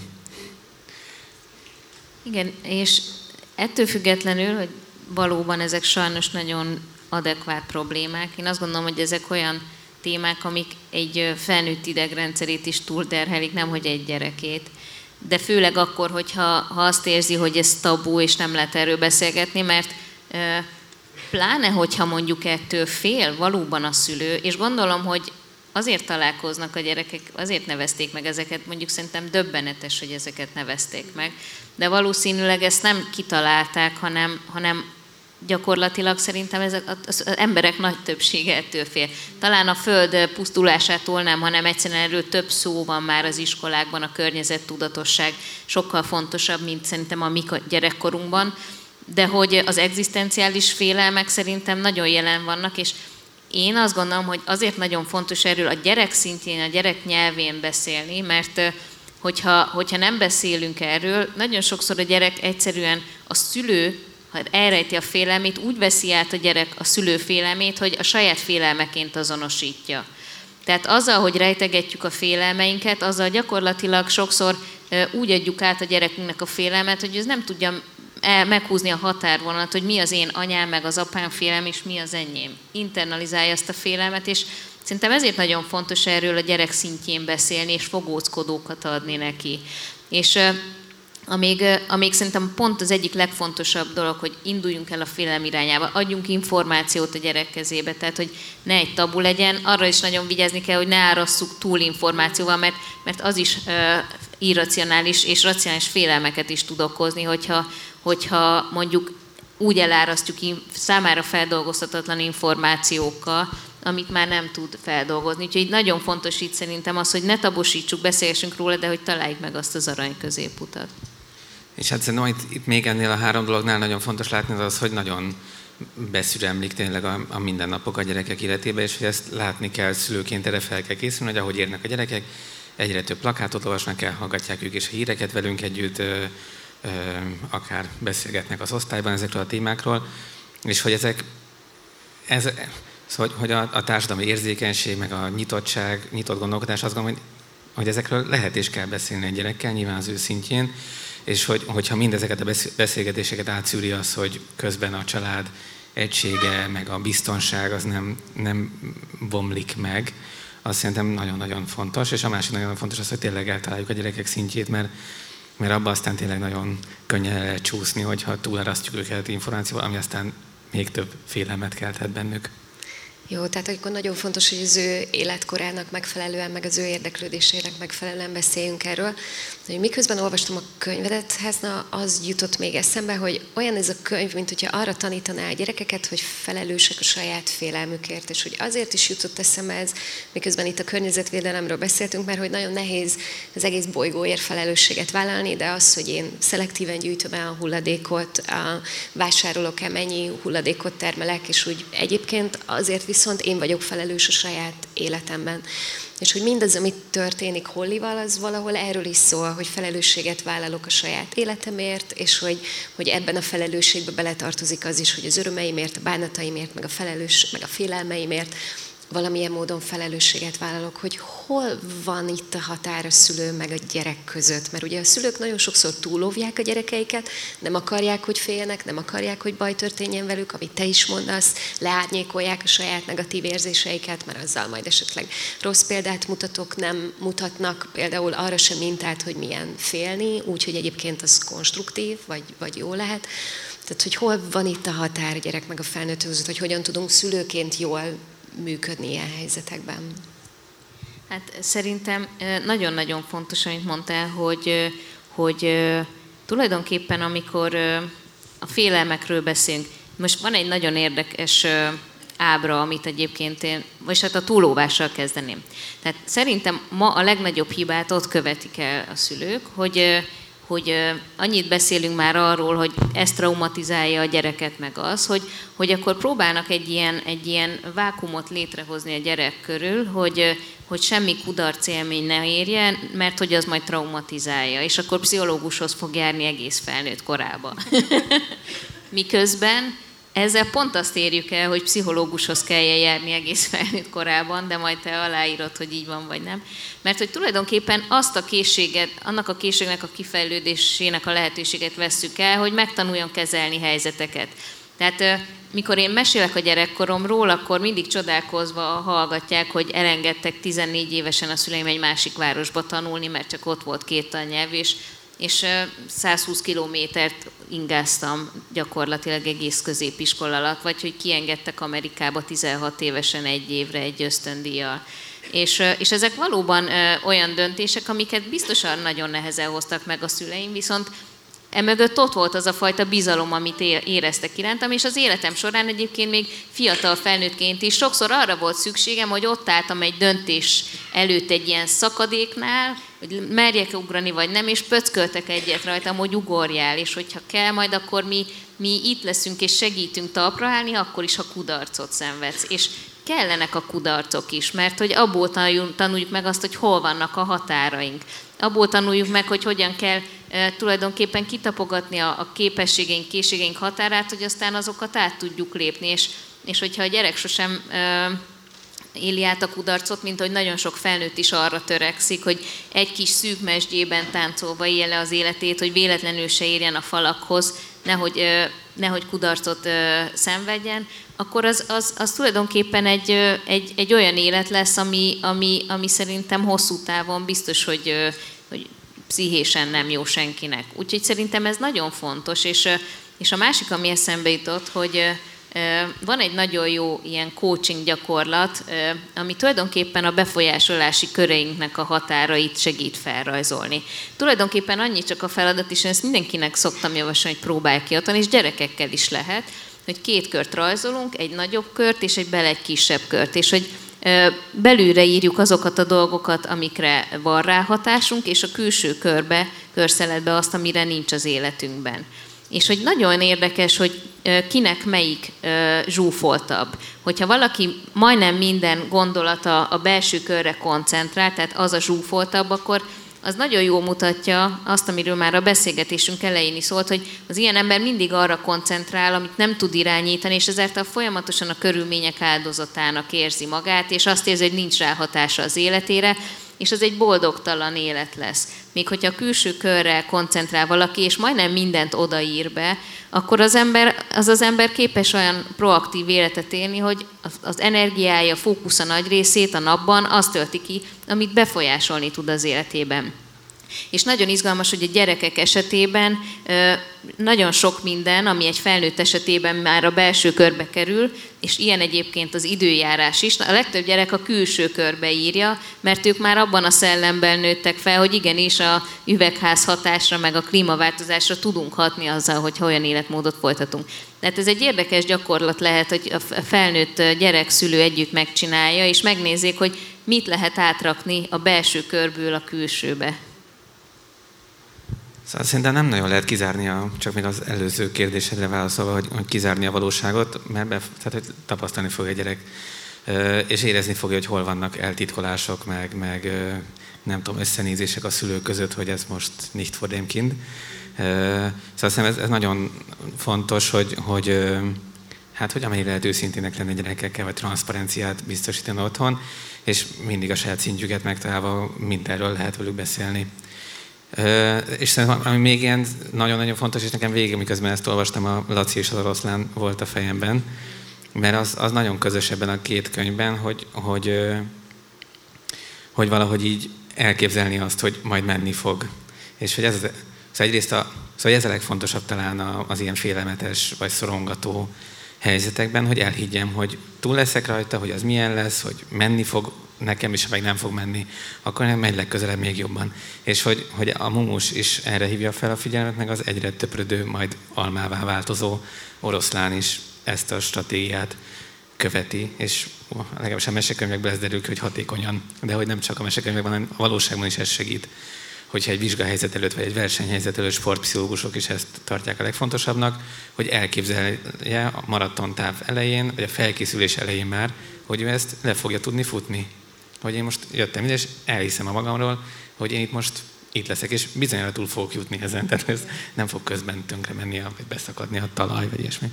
Igen, és ettől függetlenül, hogy valóban ezek sajnos nagyon adekvát problémák, én azt gondolom, hogy ezek olyan témák, amik egy felnőtt idegrendszerét is túlterhelik, nemhogy egy gyerekét. De főleg akkor, hogyha azt érzi, hogy ez tabú, és nem lehet erről beszélgetni, mert pláne, hogyha mondjuk ettől fél valóban a szülő, és gondolom, hogy azért találkoznak a gyerekek, azért nevezték meg ezeket, mondjuk szerintem döbbenetes, hogy ezeket nevezték meg, de valószínűleg ezt nem kitalálták, hanem gyakorlatilag szerintem az emberek nagy többsége ettől fél. Talán a Föld pusztulásától nem, hanem egyszerűen erről több szó van már az iskolákban, a környezettudatosság sokkal fontosabb, mint szerintem a mi gyerekkorunkban, de hogy az egzisztenciális félelmek szerintem nagyon jelen vannak, és én azt gondolom, hogy azért nagyon fontos erről a gyerek szintjén, a gyerek nyelvén beszélni, mert hogyha nem beszélünk erről, nagyon sokszor a gyerek egyszerűen a szülő, ha elrejti a félelmét, úgy veszi át a gyerek a szülő félelmét, hogy a saját félelmeként azonosítja. Tehát azzal, hogy rejtegetjük a félelmeinket, azzal gyakorlatilag sokszor úgy adjuk át a gyerekünknek a félelmet, hogy ez nem tudja meghúzni a határvonalat, hogy mi az én anyám, meg az apám félelem, és mi az enyém. Internalizálja ezt a félelmet, és szerintem ezért nagyon fontos erről a gyerek szintjén beszélni, és fogóckodókat adni neki. És amíg szerintem pont az egyik legfontosabb dolog, hogy induljunk el a félelem irányába, adjunk információt a gyerek kezébe, tehát hogy ne egy tabu legyen, arra is nagyon vigyázni kell, hogy ne árasszuk túl információval, mert az is irracionális és racionális félelmeket is tud okozni, hogyha mondjuk úgy elárasztjuk számára feldolgozhatatlan információkkal, amit már nem tud feldolgozni. Úgyhogy nagyon fontos itt szerintem az, hogy ne tabosítsuk, beszélgessünk róla, de hogy találjuk meg azt az arany középutat. És hát szerintem itt még ennél a 3 dolognál nagyon fontos látni az, hogy nagyon beszüremlik tényleg a mindennapok a gyerekek életébe, és hogy ezt látni kell, szülőként erre fel kell készülni, hogy ahogy érnek a gyerekek, egyre több plakátot olvasnak el, hallgatják ők is a híreket velünk együtt, akár beszélgetnek az osztályban ezekről a témákról, és hogy hogy a társadalmi érzékenység, meg a nyitottság, nyitott gondolkodás, azt gondolom, hogy ezekről lehet és kell beszélni egy gyerekkel, nyilván az ő szintjén, és hogyha mindezeket a beszélgetéseket átszűri az, hogy közben a család egysége, meg a biztonság az nem bomlik meg, az szerintem nagyon-nagyon fontos, és a másik nagyon fontos az, hogy tényleg eltaláljuk a gyerekek szintjét, mert abban aztán tényleg nagyon könnyen lehet csúszni, hogyha túlerasztjuk őket információval, ami aztán még több félelmet kelthet bennük. Jó, tehát akkor nagyon fontos, hogy az ő életkorának megfelelően, meg az ő érdeklődésének megfelelően beszéljünk erről. Hogy miközben olvastam a könyvedet, az jutott még eszembe, hogy olyan ez a könyv, mint hogyha arra tanítaná a gyerekeket, hogy felelősek a saját félelmükért, és hogy azért is jutott eszembe ez, miközben itt a környezetvédelemről beszéltünk, mert hogy nagyon nehéz az egész bolygóért felelősséget vállalni, de az, hogy én szelektíven gyűjtöm el a hulladékot, vásárolok-e, mennyi hulladékot termelek, és úgy egyébként azért viszont én vagyok felelős a saját életemben. És hogy mindaz, amit történik Hollival, az valahol erről is szól, hogy felelősséget vállalok a saját életemért, és hogy ebben a felelősségbe beletartozik az is, hogy az örömeimért, a bánataimért, meg a félelmeimért valamilyen módon felelősséget vállalok, hogy hol van itt a határ a szülő meg a gyerek között. Mert ugye a szülők nagyon sokszor túlóvják a gyerekeiket, nem akarják, hogy féljenek, nem akarják, hogy baj történjen velük, amit te is mondasz, leárnyékolják a saját negatív érzéseiket, mert azzal majd esetleg rossz példát mutatok, nem mutatnak például arra sem mintát, hogy milyen félni, úgyhogy egyébként az konstruktív, vagy jó lehet. Tehát, hogy hol van itt a határ a gyerek meg a felnőtt között, hogy hogyan tudunk szülőként jól működni ilyen helyzetekben? Hát szerintem nagyon-nagyon fontos, amit mondtál, hogy tulajdonképpen amikor a félelmekről beszélünk, most van egy nagyon érdekes ábra, amit egyébként vagy hát a túlóvással kezdeném. Tehát szerintem ma a legnagyobb hibát ott követik el a szülők, hogy annyit beszélünk már arról, hogy ez traumatizálja a gyereket, meg az, hogy akkor próbálnak egy ilyen vákumot létrehozni a gyerek körül, hogy semmi kudarc élmény ne érjen, mert hogy az majd traumatizálja, és akkor pszichológushoz fog járni egész felnőtt korában. Miközben ezzel pont azt érjük el, hogy pszichológushoz kelljen járni egész felnőtt korában, de majd te aláírod, hogy így van, vagy nem. Mert hogy tulajdonképpen azt a készséget, annak a készségnek a kifejlődésének a lehetőséget vesszük el, hogy megtanuljon kezelni helyzeteket. Tehát mikor én mesélek a gyerekkoromról, akkor mindig csodálkozva hallgatják, hogy elengedtek 14 évesen a szüleim egy másik városba tanulni, mert csak ott volt 2 tannyelv, és 120 kilométert ingáztam gyakorlatilag egész középiskola alatt, vagy hogy kiengedtek Amerikába 16 évesen 1 évre egy ösztöndíjjal. És ezek valóban olyan döntések, amiket biztosan nagyon nehezen hoztak meg a szüleim, viszont emögött ott volt az a fajta bizalom, amit éreztek irántam, és az életem során egyébként még fiatal felnőttként is sokszor arra volt szükségem, hogy ott álltam egy döntés előtt egy ilyen szakadéknál, hogy merjek ugrani vagy nem, és pöcköltek egyet rajtam, hogy ugorjál, és hogyha kell, majd akkor mi itt leszünk és segítünk talpra állni, akkor is, ha kudarcot szenvedsz. És kellenek a kudarcok is, mert hogy abból tanuljuk meg azt, hogy hol vannak a határaink. Abból tanuljuk meg, hogy hogyan kell tulajdonképpen kitapogatni a képességeink, készségeink határát, hogy aztán azokat át tudjuk lépni. És hogyha a gyerek sosem éli át a kudarcot, mint hogy nagyon sok felnőtt is arra törekszik, hogy egy kis szűk mesdjében táncolva élje le az életét, hogy véletlenül se érjen a falakhoz, nehogy kudarcot szenvedjen, akkor az tulajdonképpen egy olyan élet lesz, ami szerintem hosszú távon biztos, hogy pszichésen nem jó senkinek. Úgyhogy szerintem ez nagyon fontos, és a másik, ami eszembe jutott, hogy van egy nagyon jó ilyen coaching gyakorlat, ami tulajdonképpen a befolyásolási köreinknek a határait segít felrajzolni. Tulajdonképpen annyi csak a feladat, és én ezt mindenkinek szoktam javasolni, hogy próbálj ki otthon, és gyerekekkel is lehet, hogy 2 kört rajzolunk, egy nagyobb kört, és egy kisebb kört, és hogy belülre írjuk azokat a dolgokat, amikre van rá hatásunk, és a külső körszeletbe azt, amire nincs az életünkben. És hogy nagyon érdekes, hogy kinek melyik zsúfoltabb. Hogyha valaki majdnem minden gondolata a belső körre koncentrál, tehát az a zsúfoltabb, akkor az nagyon jól mutatja azt, amiről már a beszélgetésünk elején is szólt, hogy az ilyen ember mindig arra koncentrál, amit nem tud irányítani, és ezáltal folyamatosan a körülmények áldozatának érzi magát, és azt érzi, hogy nincs rá hatása az életére, és az egy boldogtalan élet lesz. Míg hogyha a külső körre koncentrál valaki, és majdnem mindent odaír be, akkor az ember képes olyan proaktív életet élni, hogy az energiája, fókusza nagy részét a napban azt tölti ki, amit befolyásolni tud az életében. És nagyon izgalmas, hogy a gyerekek esetében nagyon sok minden, ami egy felnőtt esetében már a belső körbe kerül, és ilyen egyébként az időjárás is. A legtöbb gyerek a külső körbe írja, mert ők már abban a szellemben nőttek fel, hogy igenis a üvegház hatásra, meg a klímaváltozásra tudunk hatni azzal, hogy olyan életmódot folytatunk. Tehát ez egy érdekes gyakorlat lehet, hogy a felnőtt gyerekszülő együtt megcsinálja, és megnézzék, hogy mit lehet átrakni a belső körből a külsőbe. Szóval szerintem nem nagyon lehet kizárni, csak még az előző kérdésedre válaszolva, hogy kizárni a valóságot, mert tehát, hogy tapasztalni fog egy gyerek, és érezni fogja, hogy hol vannak eltitkolások, meg nem tudom, összenézések a szülők között, hogy ez most nicht vor dem Kind. Szóval szerintem ez nagyon fontos, hogy amennyire lehet őszintének lenni gyerekekkel, vagy transzparenciát biztosítani otthon, és mindig a saját szintjüket megtalálva mindenről lehet velük beszélni. És szerintem, ami még ilyen nagyon-nagyon fontos, és nekem végig, miközben ezt olvastam, a Laci és az oroszlán volt a fejemben, mert az nagyon közös ebben a 2 könyvben, hogy valahogy így elképzelni azt, hogy majd menni fog. És hogy szóval egyrészt szóval ez a legfontosabb talán az ilyen félelmetes vagy szorongató helyzetekben, hogy elhiggyem, hogy túl leszek rajta, hogy az milyen lesz, hogy menni fog nekem is, meg nem fog menni, akkor nem megy legközelebb még jobban. És hogy a mumus is erre hívja fel a figyelmet, meg az egyre töprödő, majd almává változó oroszlán is ezt a stratégiát követi, és legalábbis a mesekönyvekben ez derül ki, hogy hatékonyan, de hogy nem csak a mesekönyvekben, hanem a valóságban is ez segít. Hogyha egy vizsgahelyzet előtt, vagy egy versenyhelyzet előtt sportpszichológusok is ezt tartják a legfontosabbnak, hogy elképzelje a maratontáv elején, vagy a felkészülés elején már, hogy ő ezt le fogja tudni futni. Hogy én most jöttem ide, és elhiszem a magamról, hogy én itt leszek, és bizonyára túl fogok jutni ezen, tehát ez nem fog közben tönkre menni, vagy beszakadni a talaj, vagy ilyesmi.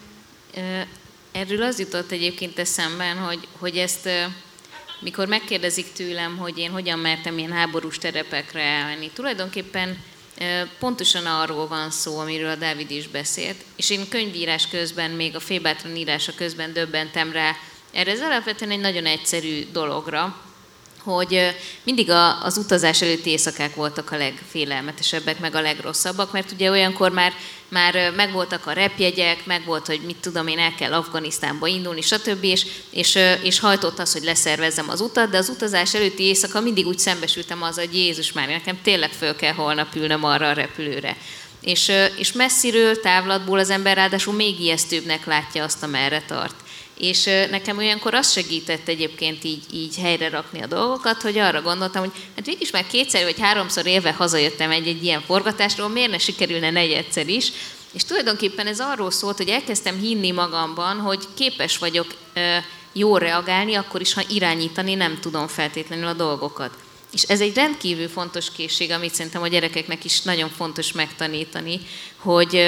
Erről az jutott egyébként eszemben, hogy ezt mikor megkérdezik tőlem, hogy én hogyan mertem ilyen háborús terepekre elmenni, tulajdonképpen pontosan arról van szó, amiről a Dávid is beszélt, és én könyvírás közben, még a Félbátran írása közben döbbentem rá erre az alapvetően egy nagyon egyszerű dologra, hogy mindig az utazás előtti éjszakák voltak a legfélelmetesebbek, meg a legrosszabbak, mert ugye olyankor már megvoltak a repjegyek, megvolt, hogy mit tudom én, el kell Afganisztánba indulni, stb. És hajtott az, hogy leszervezzem az utat, de az utazás előtti éjszaka mindig úgy szembesültem azzal, hogy Jézus már, nekem tényleg föl kell holnap ülnöm arra a repülőre. És messziről, távlatból az ember ráadásul még ijesztőbbnek látja azt, amerre tart. És nekem olyankor az segített egyébként így helyre rakni a dolgokat, hogy arra gondoltam, hogy hát mégis már 2 vagy 3 élve hazajöttem egy ilyen forgatásról, miért ne sikerülne 4 is. És tulajdonképpen ez arról szólt, hogy elkezdtem hinni magamban, hogy képes vagyok jól reagálni, akkor is, ha irányítani nem tudom feltétlenül a dolgokat. És ez egy rendkívül fontos készség, amit szerintem a gyerekeknek is nagyon fontos megtanítani, hogy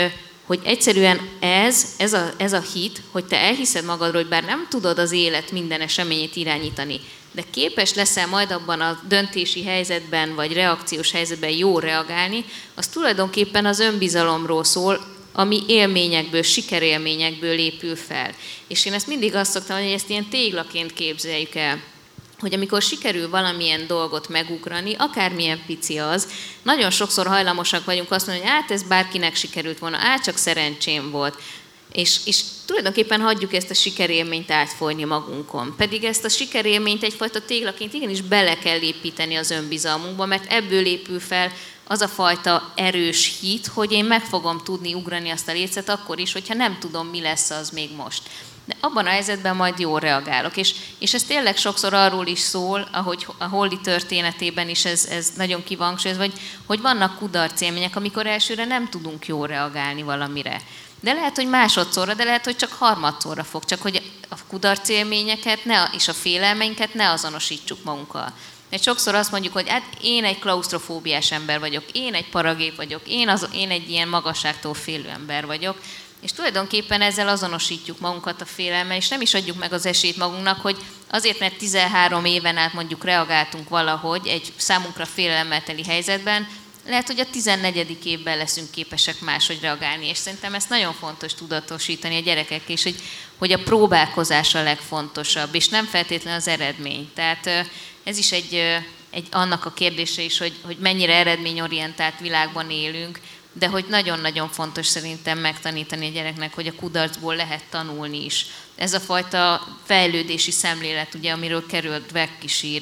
hogy egyszerűen ez a hit, hogy te elhiszed magadról, hogy bár nem tudod az élet minden eseményét irányítani, de képes leszel majd abban a döntési helyzetben, vagy reakciós helyzetben jól reagálni, az tulajdonképpen az önbizalomról szól, ami élményekből, sikerélményekből épül fel. És én ezt mindig azt szoktam, hogy ezt ilyen téglaként képzeljük el, hogy amikor sikerül valamilyen dolgot megugrani, akármilyen pici az, nagyon sokszor hajlamosak vagyunk azt mondani, hogy ez bárkinek sikerült volna, csak szerencsém volt. És tulajdonképpen hagyjuk ezt a sikerélményt átfolyni magunkon. Pedig ezt a sikerélményt egyfajta téglaként igenis bele kell építeni az önbizalmunkba, mert ebből épül fel az a fajta erős hit, hogy én meg fogom tudni ugrani azt a lécet akkor is, hogyha nem tudom, mi lesz az még most. De abban a helyzetben majd jól reagálok. És ez tényleg sokszor arról is szól, ahogy a Holly történetében is ez nagyon ki van hangsúlyozva, hogy vannak kudarcélmények, amikor elsőre nem tudunk jól reagálni valamire. De lehet, hogy másodszorra, de lehet, hogy csak harmadszorra fog. Csak hogy a kudarcélményeket és a félelmeinket ne azonosítsuk magunkkal. Mert sokszor azt mondjuk, hogy én egy klausztrofóbiás ember vagyok, én egy paragép vagyok, én egy ilyen magasságtól félő ember vagyok, és tulajdonképpen ezzel azonosítjuk magunkat a félelemmel, és nem is adjuk meg az esélyt magunknak, hogy azért, mert 13 éven át mondjuk reagáltunk valahogy egy számunkra félelemmel teli helyzetben, lehet, hogy a 14. évben leszünk képesek máshogy reagálni, és szerintem ezt nagyon fontos tudatosítani a gyerekek is, hogy a próbálkozás a legfontosabb, és nem feltétlenül az eredmény. Tehát ez is egy annak a kérdése is, hogy mennyire eredményorientált világban élünk, de hogy nagyon-nagyon fontos szerintem megtanítani a gyereknek, hogy a kudarcból lehet tanulni is. Ez a fajta fejlődési szemlélet, ugye, amiről Carol Dweck is ír,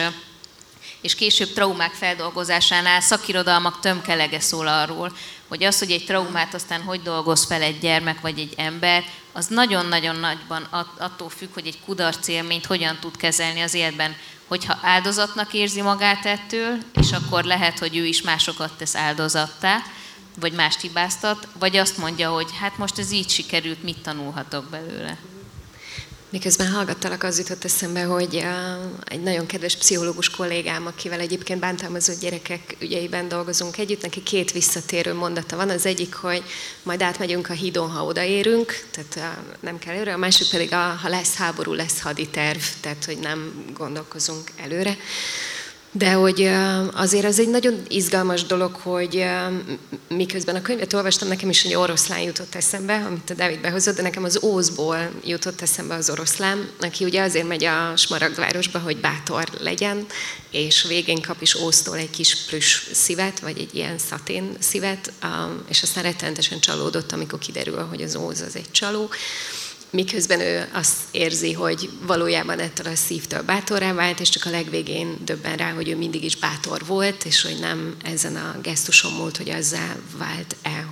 és később traumák feldolgozásánál szakirodalmak tömkelege szól arról, hogy az, hogy egy traumát aztán hogy dolgoz fel egy gyermek vagy egy ember, az nagyon-nagyon nagyban attól függ, hogy egy kudarcélményt hogyan tud kezelni az életben. Hogyha áldozatnak érzi magát ettől, és akkor lehet, hogy ő is másokat tesz áldozattá, vagy mást hibáztat, vagy azt mondja, hogy hát most ez így sikerült, mit tanulhatok belőle. Miközben hallgattalak, az jutott eszembe, hogy egy nagyon kedves pszichológus kollégám, akivel egyébként bántalmazott gyerekek ügyeiben dolgozunk együtt, neki 2 visszatérő mondata van. Az egyik, hogy majd átmegyünk a hídon, ha odaérünk, tehát nem kell előre. A másik pedig, ha lesz háború, lesz haditerv, tehát hogy nem gondolkozunk előre. De hogy azért az egy nagyon izgalmas dolog, hogy miközben a könyvet olvastam, nekem is egy oroszlán jutott eszembe, amit a Dávid behozott, de nekem az Ózból jutott eszembe az oroszlán, aki ugye azért megy a Smaragdvárosba, hogy bátor legyen, és végén kap is Óztól egy kis plüss szívet, vagy egy ilyen szatén szívet, és aztán rettenetesen csalódott, amikor kiderül, hogy az Óz az egy csaló. Miközben ő azt érzi, hogy valójában ettől a szívtől bátorrá vált, és csak a legvégén döbben rá, hogy ő mindig is bátor volt, és hogy nem ezen a gesztuson múlt, hogy azzá vált el,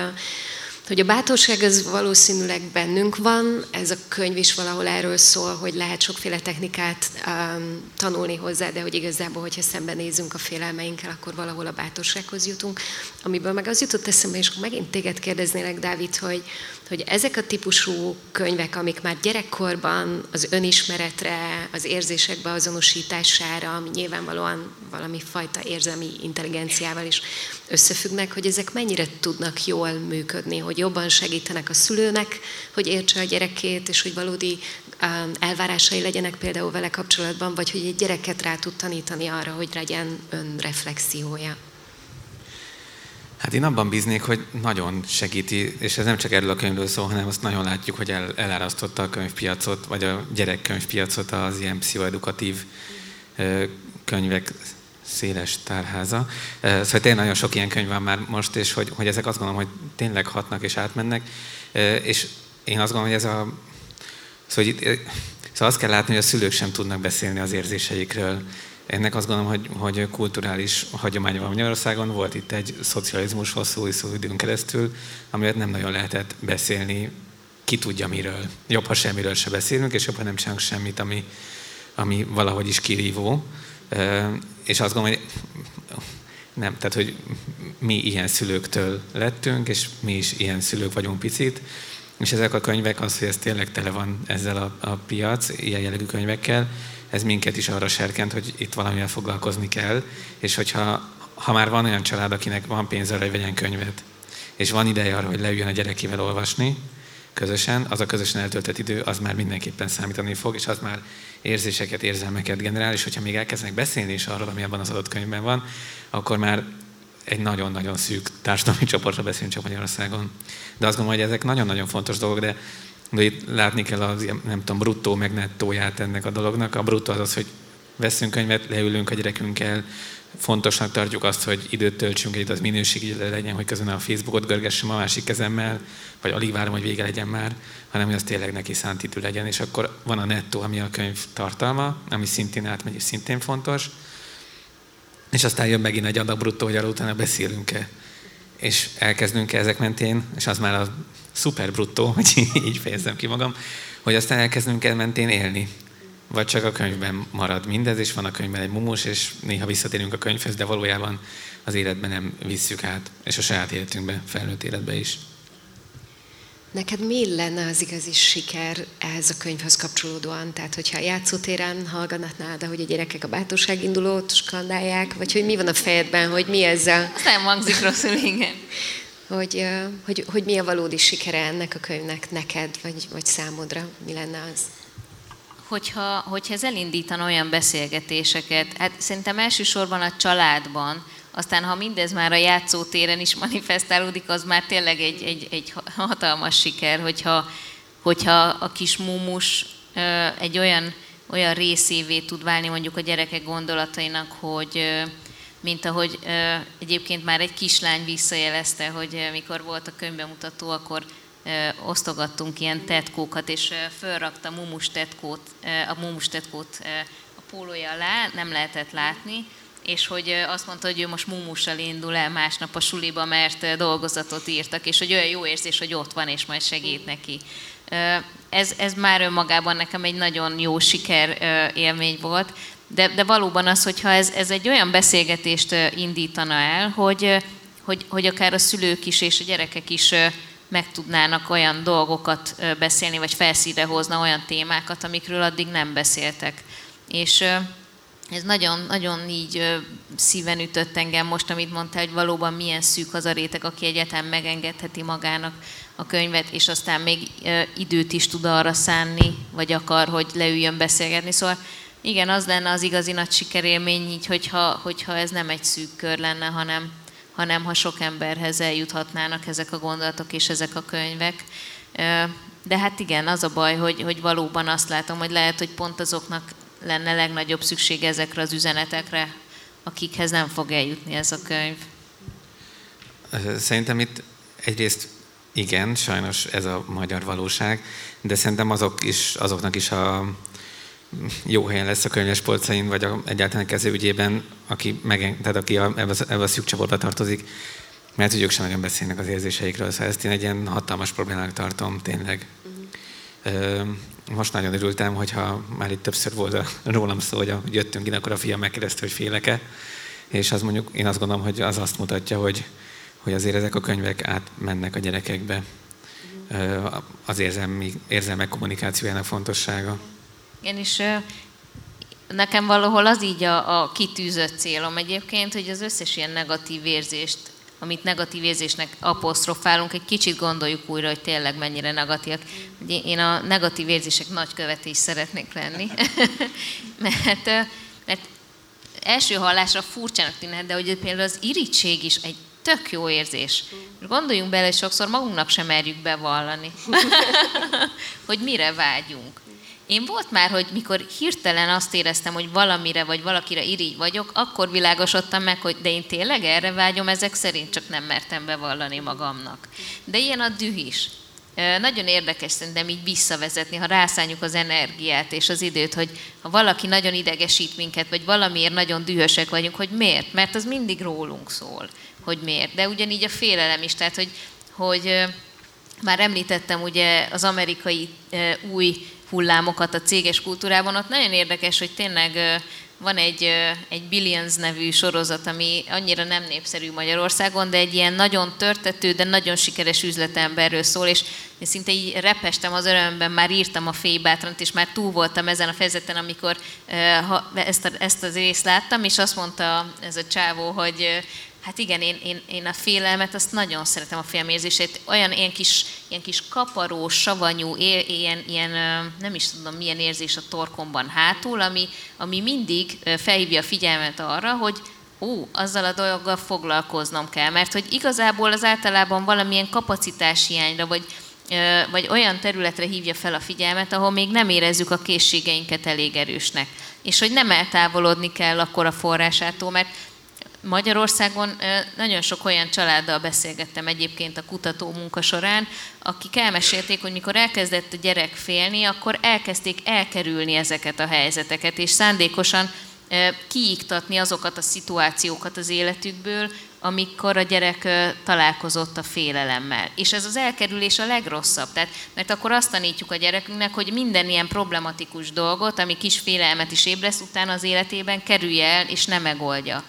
hogy a bátorság az valószínűleg bennünk van, ez a könyv is valahol erről szól, hogy lehet sokféle technikát tanulni hozzá, de hogy igazából, hogyha szembenézünk a félelmeinkkel, akkor valahol a bátorsághoz jutunk. Amiből meg az jutott eszembe, és megint téged kérdeznélek, Dávid, hogy ezek a típusú könyvek, amik már gyerekkorban az önismeretre, az érzések beazonosítására, ami nyilvánvalóan valami fajta érzelmi intelligenciával is összefüggnek, hogy ezek mennyire tudnak jól működni, hogy jobban segítenek a szülőnek, hogy értse a gyerekét, és hogy valódi elvárásai legyenek például vele kapcsolatban, vagy hogy egy gyereket rá tud tanítani arra, hogy legyen önreflexiója. Hát én abban bíznék, hogy nagyon segíti, és ez nem csak erről a könyvről szól, hanem azt nagyon látjuk, hogy elárasztotta a könyvpiacot, vagy a gyerekkönyvpiacot az ilyen pszichoedukatív könyvek széles tárháza. Szóval tényleg nagyon sok ilyen könyv van már most, és hogy ezek azt gondolom, hogy tényleg hatnak és átmennek. És én azt gondolom, hogy szóval azt kell látni, hogy a szülők sem tudnak beszélni az érzéseikről. Ennek azt gondolom, hogy kulturális hagyománya van Magyarországon. Volt itt egy szocializmus hosszú időn keresztül, amiről nem nagyon lehetett beszélni, ki tudja miről. Jobb, ha semmiről se beszélünk, és jobb, ha nem csinálunk semmit, ami valahogy is kirívó. És azt gondolom, hogy nem, tehát, hogy mi ilyen szülőktől lettünk, és mi is ilyen szülők vagyunk picit, és ezek a könyvek, az, hogy ez tényleg tele van ezzel a piac, ilyen jellegű könyvekkel, ez minket is arra serkent, hogy itt valamivel foglalkozni kell, és hogyha már van olyan család, akinek van pénz arra, hogy vegyen könyvet, és van ideje arra, hogy leüljön a gyerekével olvasni közösen, az a közösen eltöltött idő, az már mindenképpen számítani fog, és az már érzéseket, érzelmeket generál, és hogyha még elkezdenek beszélni is arról, ami abban az adott könyvben van, akkor már egy nagyon-nagyon szűk társadalmi csoportra beszélünk csak Magyarországon. De azt gondolom, hogy ezek nagyon-nagyon fontos dolgok, de itt látni kell az, nem tudom, bruttó meg nettóját ennek a dolognak. A bruttó az, hogy veszünk könyvet, leülünk a gyerekünkkel, fontosnak tartjuk azt, hogy időt töltsünk, egy az minőségi legyen, hogy közben a Facebookot görgessem a másik kezemmel, vagy alig várom, hogy vége legyen már, hanem hogy az tényleg neki szánt idő legyen. És akkor van a nettó, ami a könyv tartalma, ami szintén átmegy, és szintén fontos. És aztán jön megint egy adag bruttó, hogy arra utána beszélünk-e. És elkezdünk ezek mentén, és az már a szuper bruttó, hogy így fejezzem ki magam, hogy aztán elkezdünk el mentén élni. Vagy csak a könyvben marad mindez, és van a könyvben egy mumus, és néha visszatérünk a könyvhez, de valójában az életben nem visszük át, és a saját életünkbe, felnőtt életbe is. Neked mi lenne az igazi siker ehhez a könyvhöz kapcsolódóan? Tehát, hogyha a játszótéren hallgatnád, de hogy a gyerekek a bátorságindulót skandálják, vagy hogy mi van a fejedben, hogy mi ez a... Azt nem hangzik rosszul, igen. Hogy mi a valódi sikere ennek a könyvnek neked, vagy számodra? Mi lenne az? Hogyha ez elindítana olyan beszélgetéseket, hát szerintem elsősorban a családban, aztán ha mindez már a játszótéren is manifestálódik, az már tényleg egy hatalmas siker, hogyha a kis mumus egy olyan részévé tud válni mondjuk a gyerekek gondolatainak, hogy mint ahogy egyébként már egy kislány visszajelezte, hogy mikor volt a könyvbemutató, akkor osztogattunk ilyen tetkókat, és fölrakta a mumus tetkót a pólója alá, nem lehetett látni, és hogy azt mondta, hogy ő most mumussal indul el másnap a suliba, mert dolgozatot írtak, és hogy olyan jó érzés, hogy ott van, és majd segít neki. Ez már önmagában nekem egy nagyon jó siker élmény volt, de valóban az, hogyha ez egy olyan beszélgetést indítana el, hogy akár a szülők is és a gyerekek is meg tudnának olyan dolgokat beszélni, vagy felszínre hozna olyan témákat, amikről addig nem beszéltek. És ez nagyon, nagyon így szíven ütött engem most, amit mondtál, hogy valóban milyen szűk az a réteg, aki egyáltalán megengedheti magának a könyvet, és aztán még időt is tud arra szánni, vagy akar, hogy leüljön beszélgetni. Szóval igen, az lenne az igazi nagy sikerélmény, így, hogyha ez nem egy szűk kör lenne, hanem ha sok emberhez eljuthatnának ezek a gondolatok és ezek a könyvek. De hát igen, az a baj, hogy valóban azt látom, hogy lehet, hogy pont azoknak lenne legnagyobb szüksége ezekre az üzenetekre, akikhez nem fog eljutni ez a könyv. Szerintem itt egyrészt igen, sajnos ez a magyar valóság, de szerintem azoknak is a jó helyen lesz a könyves polcain, vagy egyáltalán kezőügyében, aki ebbe a szűk csoportba tartozik, mert ők sem nagyon beszélnek az érzéseikről, szóval ezt én egy ilyen hatalmas problémának tartom, tényleg. Most nagyon örültem, hogyha már itt többször volt rólam szó, hogy jöttünk ide, akkor a fiam megkérdezte, hogy félek-e, és az mondjuk, én azt gondolom, hogy az azt mutatja, hogy azért ezek a könyvek átmennek a gyerekekbe. Az érzelmek kommunikációjának fontossága. Igen, és nekem valahol az így a kitűzött célom egyébként, hogy az összes ilyen negatív érzést, amit negatív érzésnek apostrofálunk, egy kicsit gondoljuk újra, hogy tényleg mennyire negatívak. Én a negatív érzések nagykövete is szeretnék lenni, mert első hallásra furcsának tűnhet, de hogy például az irigység is egy tök jó érzés. Gondoljunk bele, hogy sokszor magunknak sem merjük bevallani, hogy mire vágyunk. Én volt már, hogy mikor hirtelen azt éreztem, hogy valamire vagy valakire irigy vagyok, akkor világosodtam meg, hogy de én tényleg erre vágyom, ezek szerint csak nem mertem bevallani magamnak. De ilyen a düh is. Nagyon érdekes szerintem így visszavezetni, ha rászánjuk az energiát és az időt, hogy ha valaki nagyon idegesít minket, vagy valamiért nagyon dühösek vagyunk, hogy miért? Mert az mindig rólunk szól, hogy miért. De ugyanígy a félelem is, tehát hogy már említettem ugye az amerikai új hullámokat a céges kultúrában, ott nagyon érdekes, hogy tényleg van egy Billions nevű sorozat, ami annyira nem népszerű Magyarországon, de egy ilyen nagyon törtető, de nagyon sikeres üzletemberről szól, és én szinte így repestem az örömben, már írtam a Félbátrant, és már túl voltam ezen a fejezeten, amikor ezt az részt láttam, és azt mondta ez a csávó, hogy Hát igen, én a félelmet, azt nagyon szeretem, a félelmérzését. Olyan ilyen kis kaparó, savanyú, ilyen nem is tudom milyen érzés a torkomban hátul, ami mindig felhívja a figyelmet arra, hogy azzal a dologgal foglalkoznom kell. Mert hogy igazából az általában valamilyen kapacitáshiányra, vagy olyan területre hívja fel a figyelmet, ahol még nem érezzük a készségeinket elég erősnek. És hogy nem eltávolodni kell akkor a forrásától, mert Magyarországon nagyon sok olyan családdal beszélgettem egyébként a kutató munka során, akik elmesélték, hogy mikor elkezdett a gyerek félni, akkor elkezdték elkerülni ezeket a helyzeteket, és szándékosan kiiktatni azokat a szituációkat az életükből, amikor a gyerek találkozott a félelemmel. És ez az elkerülés a legrosszabb, mert akkor azt tanítjuk a gyerekünknek, hogy minden ilyen problematikus dolgot, ami kis félelmet is ébreszt, utána az életében kerülje el, és ne megoldja.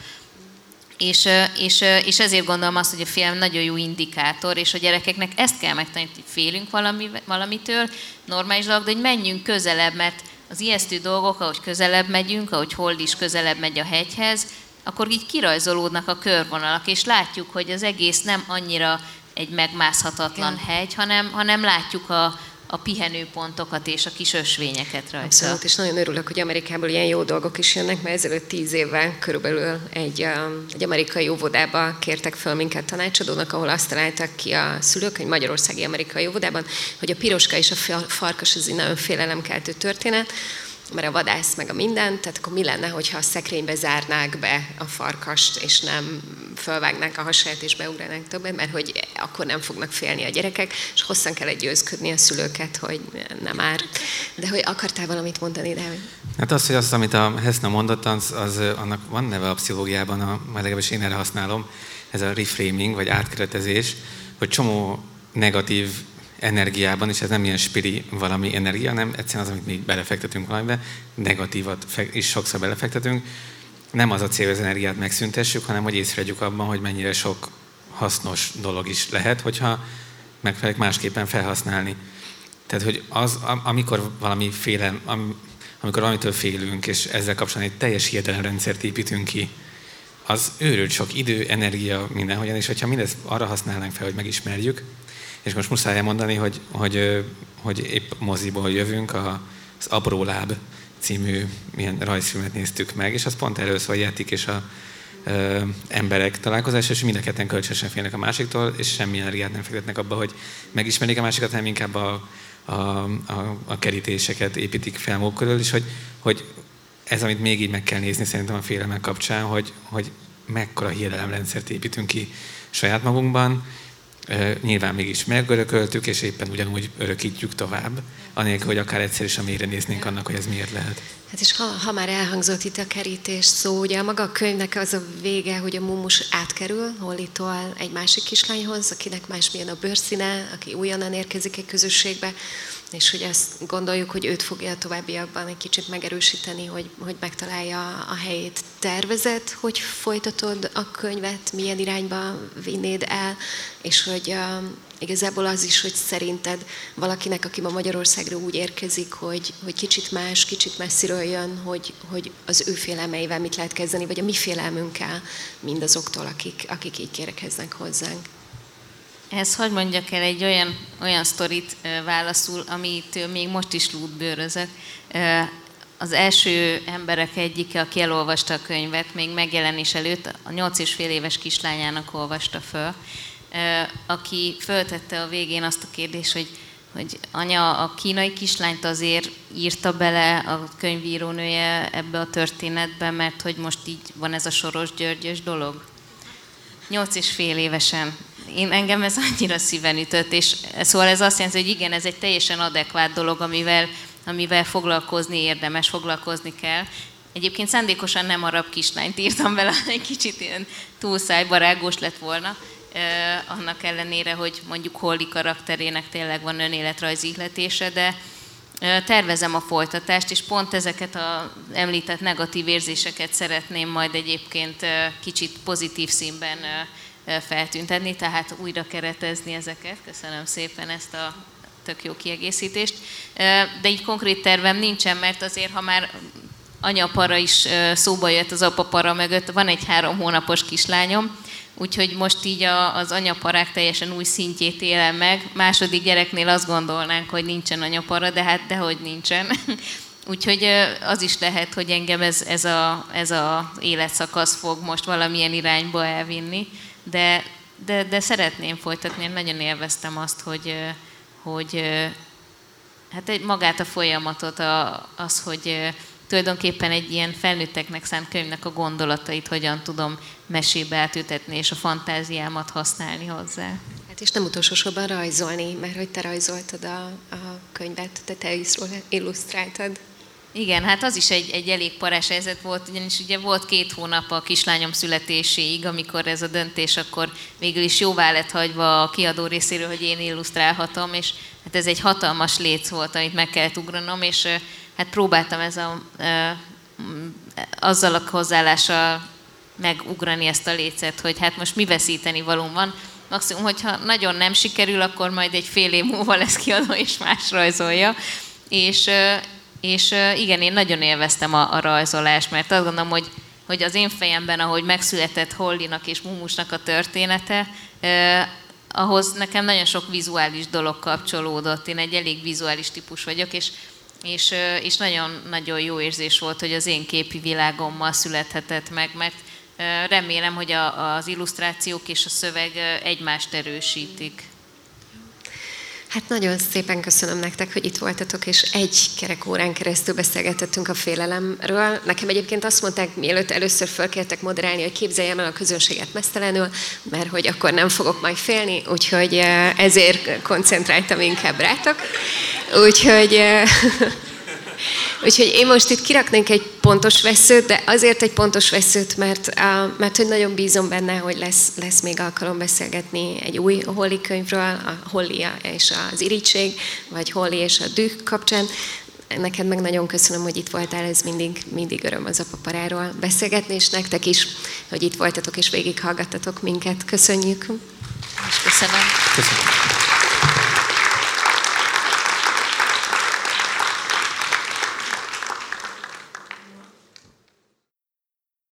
És ezért gondolom azt, hogy a félelem nagyon jó indikátor, és a gyerekeknek ezt kell megtanítani, hogy félünk valamitől, normális dolog, de hogy menjünk közelebb, mert az ijesztő dolgok, ahogy közelebb megyünk, ahogy Hold is közelebb megy a hegyhez, akkor így kirajzolódnak a körvonalak, és látjuk, hogy az egész nem annyira egy megmászhatatlan hegy, hanem látjuk a pihenőpontokat és a kis ösvényeket rajta. Abszolút, és nagyon örülök, hogy Amerikából ilyen jó dolgok is jönnek, mert ezelőtt 10 évvel körülbelül egy amerikai óvodába kértek föl minket tanácsadónak, ahol azt találtak ki a szülők, egy magyarországi amerikai óvodában, hogy a piroska és a farkas az egy nagyon félelemkeltő történet, mert a vadász meg a minden, tehát akkor mi lenne, hogyha a szekrénybe zárnák be a farkast, és nem fölvágnák a hasát, és beugránák többet, mert hogy akkor nem fognak félni a gyerekek, és hosszan kellett győzködni a szülőket, hogy nem már. De hogy akartál valamit mondani, Dávid? Hát az, hogy amit a Hessna mondott, annak van neve a pszichológiában, majd legalábbis én erre használom, ez a reframing, vagy átkeretezés, hogy csomó negatív energiában, és ez nem ilyen spiri valami energia, hanem egyszerűen az, amit mi belefektetünk valamibe, negatívat is sokszor belefektetünk. Nem az a cél, hogy az energiát megszüntessük, hanem hogy észrevegyük abban, hogy mennyire sok hasznos dolog is lehet, hogyha megfelelően másképpen felhasználni. Tehát, hogy amikor amikor valamitől félünk, és ezzel kapcsolatban egy teljes hiedelemrendszert építünk ki, az őrült sok idő, energia, mindenhogyan, és hogyha mindezt arra használnánk fel, hogy megismerjük, és most muszáj elmondani, hogy épp moziból jövünk, az Apró láb című milyen rajzfilmet néztük meg, és az pont erről szól, hogy játék és emberek találkozása, és mind a ketten kölcsönösen félnek a másiktól, és semmi energiát nem fektetnek abba, hogy megismerik a másikat, hanem inkább a kerítéseket építik fel maguk körül, és hogy ez, amit még így meg kell nézni szerintem a félelmek kapcsán, hogy mekkora hiedelemrendszert építünk ki saját magunkban, nyilván mégis megörököltük, és éppen ugyanúgy örökítjük tovább, anélkül, hogy akár egyszer is a mélyre néznénk annak, hogy ez miért lehet. Hát és ha már elhangzott itt a kerítés szó, ugye maga a könyvnek az a vége, hogy a mumus átkerül Hollitól egy másik kislányhoz, akinek másmilyen a bőrszíne, aki újonnan érkezik egy közösségbe, és hogy ezt gondoljuk, hogy őt fogja a továbbiakban egy kicsit megerősíteni, hogy megtalálja a helyét. Tervezed, hogy folytatod a könyvet, milyen irányba vinnéd el, és hogy igazából az is, hogy szerinted valakinek, aki ma Magyarországra úgy érkezik, hogy kicsit más, kicsit messziről jön, hogy az ő félelmeivel mit lehet kezdeni, vagy a mi félelmünkkel mindazoktól, akik így kérekeznek hozzánk. Ehhez hadd mondjak el egy olyan sztorit válaszul, amit még most is lútbőrözök. Az első emberek egyike, aki elolvasta a könyvet, még megjelenés előtt a 8,5 éves kislányának olvasta föl, aki föltette a végén azt a kérdést, hogy anya, a kínai kislányt azért írta bele a könyvírónője ebbe a történetbe, mert hogy most így van ez a Soros Györgyös dolog. 8,5 évesen. Engem ez annyira szíven ütött, és szóval ez azt jelenti, hogy igen, ez egy teljesen adekvát dolog, amivel foglalkozni érdemes, foglalkozni kell. Egyébként szándékosan nem arab kislányt írtam bele, egy kicsit ilyen túl szájbarágos lett volna, annak ellenére, hogy mondjuk Holly karakterének tényleg van önéletrajzi ihletése, de tervezem a folytatást, és pont ezeket az említett negatív érzéseket szeretném majd egyébként kicsit pozitív színben feltüntetni, tehát újra keretezni ezeket. Köszönöm szépen ezt a tök jó kiegészítést. De így konkrét tervem nincsen, mert azért, ha már anyapara is szóba jött az apapara mögött. Van egy 3 hónapos kislányom, úgyhogy most így az anyaparák teljesen új szintjét élem meg. Második gyereknél azt gondolnánk, hogy nincsen anyapara, de hát dehogy nincsen. Úgyhogy az is lehet, hogy engem ez a életszakasz fog most valamilyen irányba elvinni, de szeretném folytatni. Én nagyon élveztem azt, hogy hát magát a folyamatot, az, hogy tulajdonképpen egy ilyen felnőtteknek szánt könyvnek a gondolatait hogyan tudom mesébe átültetni, és a fantáziámat használni hozzá. Hát és nem utolsó sorban rajzolni, mert hogy te rajzoltad a könyvet, te is illusztráltad. Igen, hát az is egy elég parás helyzet volt, ugyanis ugye volt 2 hónap a kislányom születéséig, amikor ez a döntés akkor végül is jóvá lett hagyva a kiadó részéről, hogy én illusztrálhatom, és hát ez egy hatalmas léc volt, amit meg kellett ugranom, és hát próbáltam azzal a hozzáállással megugrani ezt a lécet, hogy hát most mi veszíteni valóm van. Maximum, hogyha nagyon nem sikerül, akkor majd egy fél év múlva lesz kiadó, és más rajzolja. És igen, én nagyon élveztem a rajzolást, mert azt gondolom, hogy az én fejemben, ahogy megszületett Hollynak és Mumusnak a története, ahhoz nekem nagyon sok vizuális dolog kapcsolódott. Én egy elég vizuális típus vagyok, és nagyon jó érzés volt, hogy az én képi világommal születhetett meg, mert remélem, hogy az illusztrációk és a szöveg egymást erősítik. Hát nagyon szépen köszönöm nektek, hogy itt voltatok, és egy kerek órán keresztül beszélgetettünk a félelemről. Nekem egyébként azt mondták, mielőtt először felkértek moderálni, hogy képzeljem el a közönséget meztelenül, mert hogy akkor nem fogok majd félni, úgyhogy ezért koncentráltam inkább rátok. Úgyhogy én most itt kiraknék egy pontos vesszőt, de azért egy pontos vesszőt, mert hogy nagyon bízom benne, hogy lesz még alkalom beszélgetni egy új Holly könyvről, a Holly és az irítség, vagy Holly és a düh kapcsán. Neked meg nagyon köszönöm, hogy itt voltál, ez mindig öröm az apaparáról beszélgetni, és nektek is, hogy itt voltatok és végighallgattatok minket. Köszönjük! És köszönöm! Köszönöm.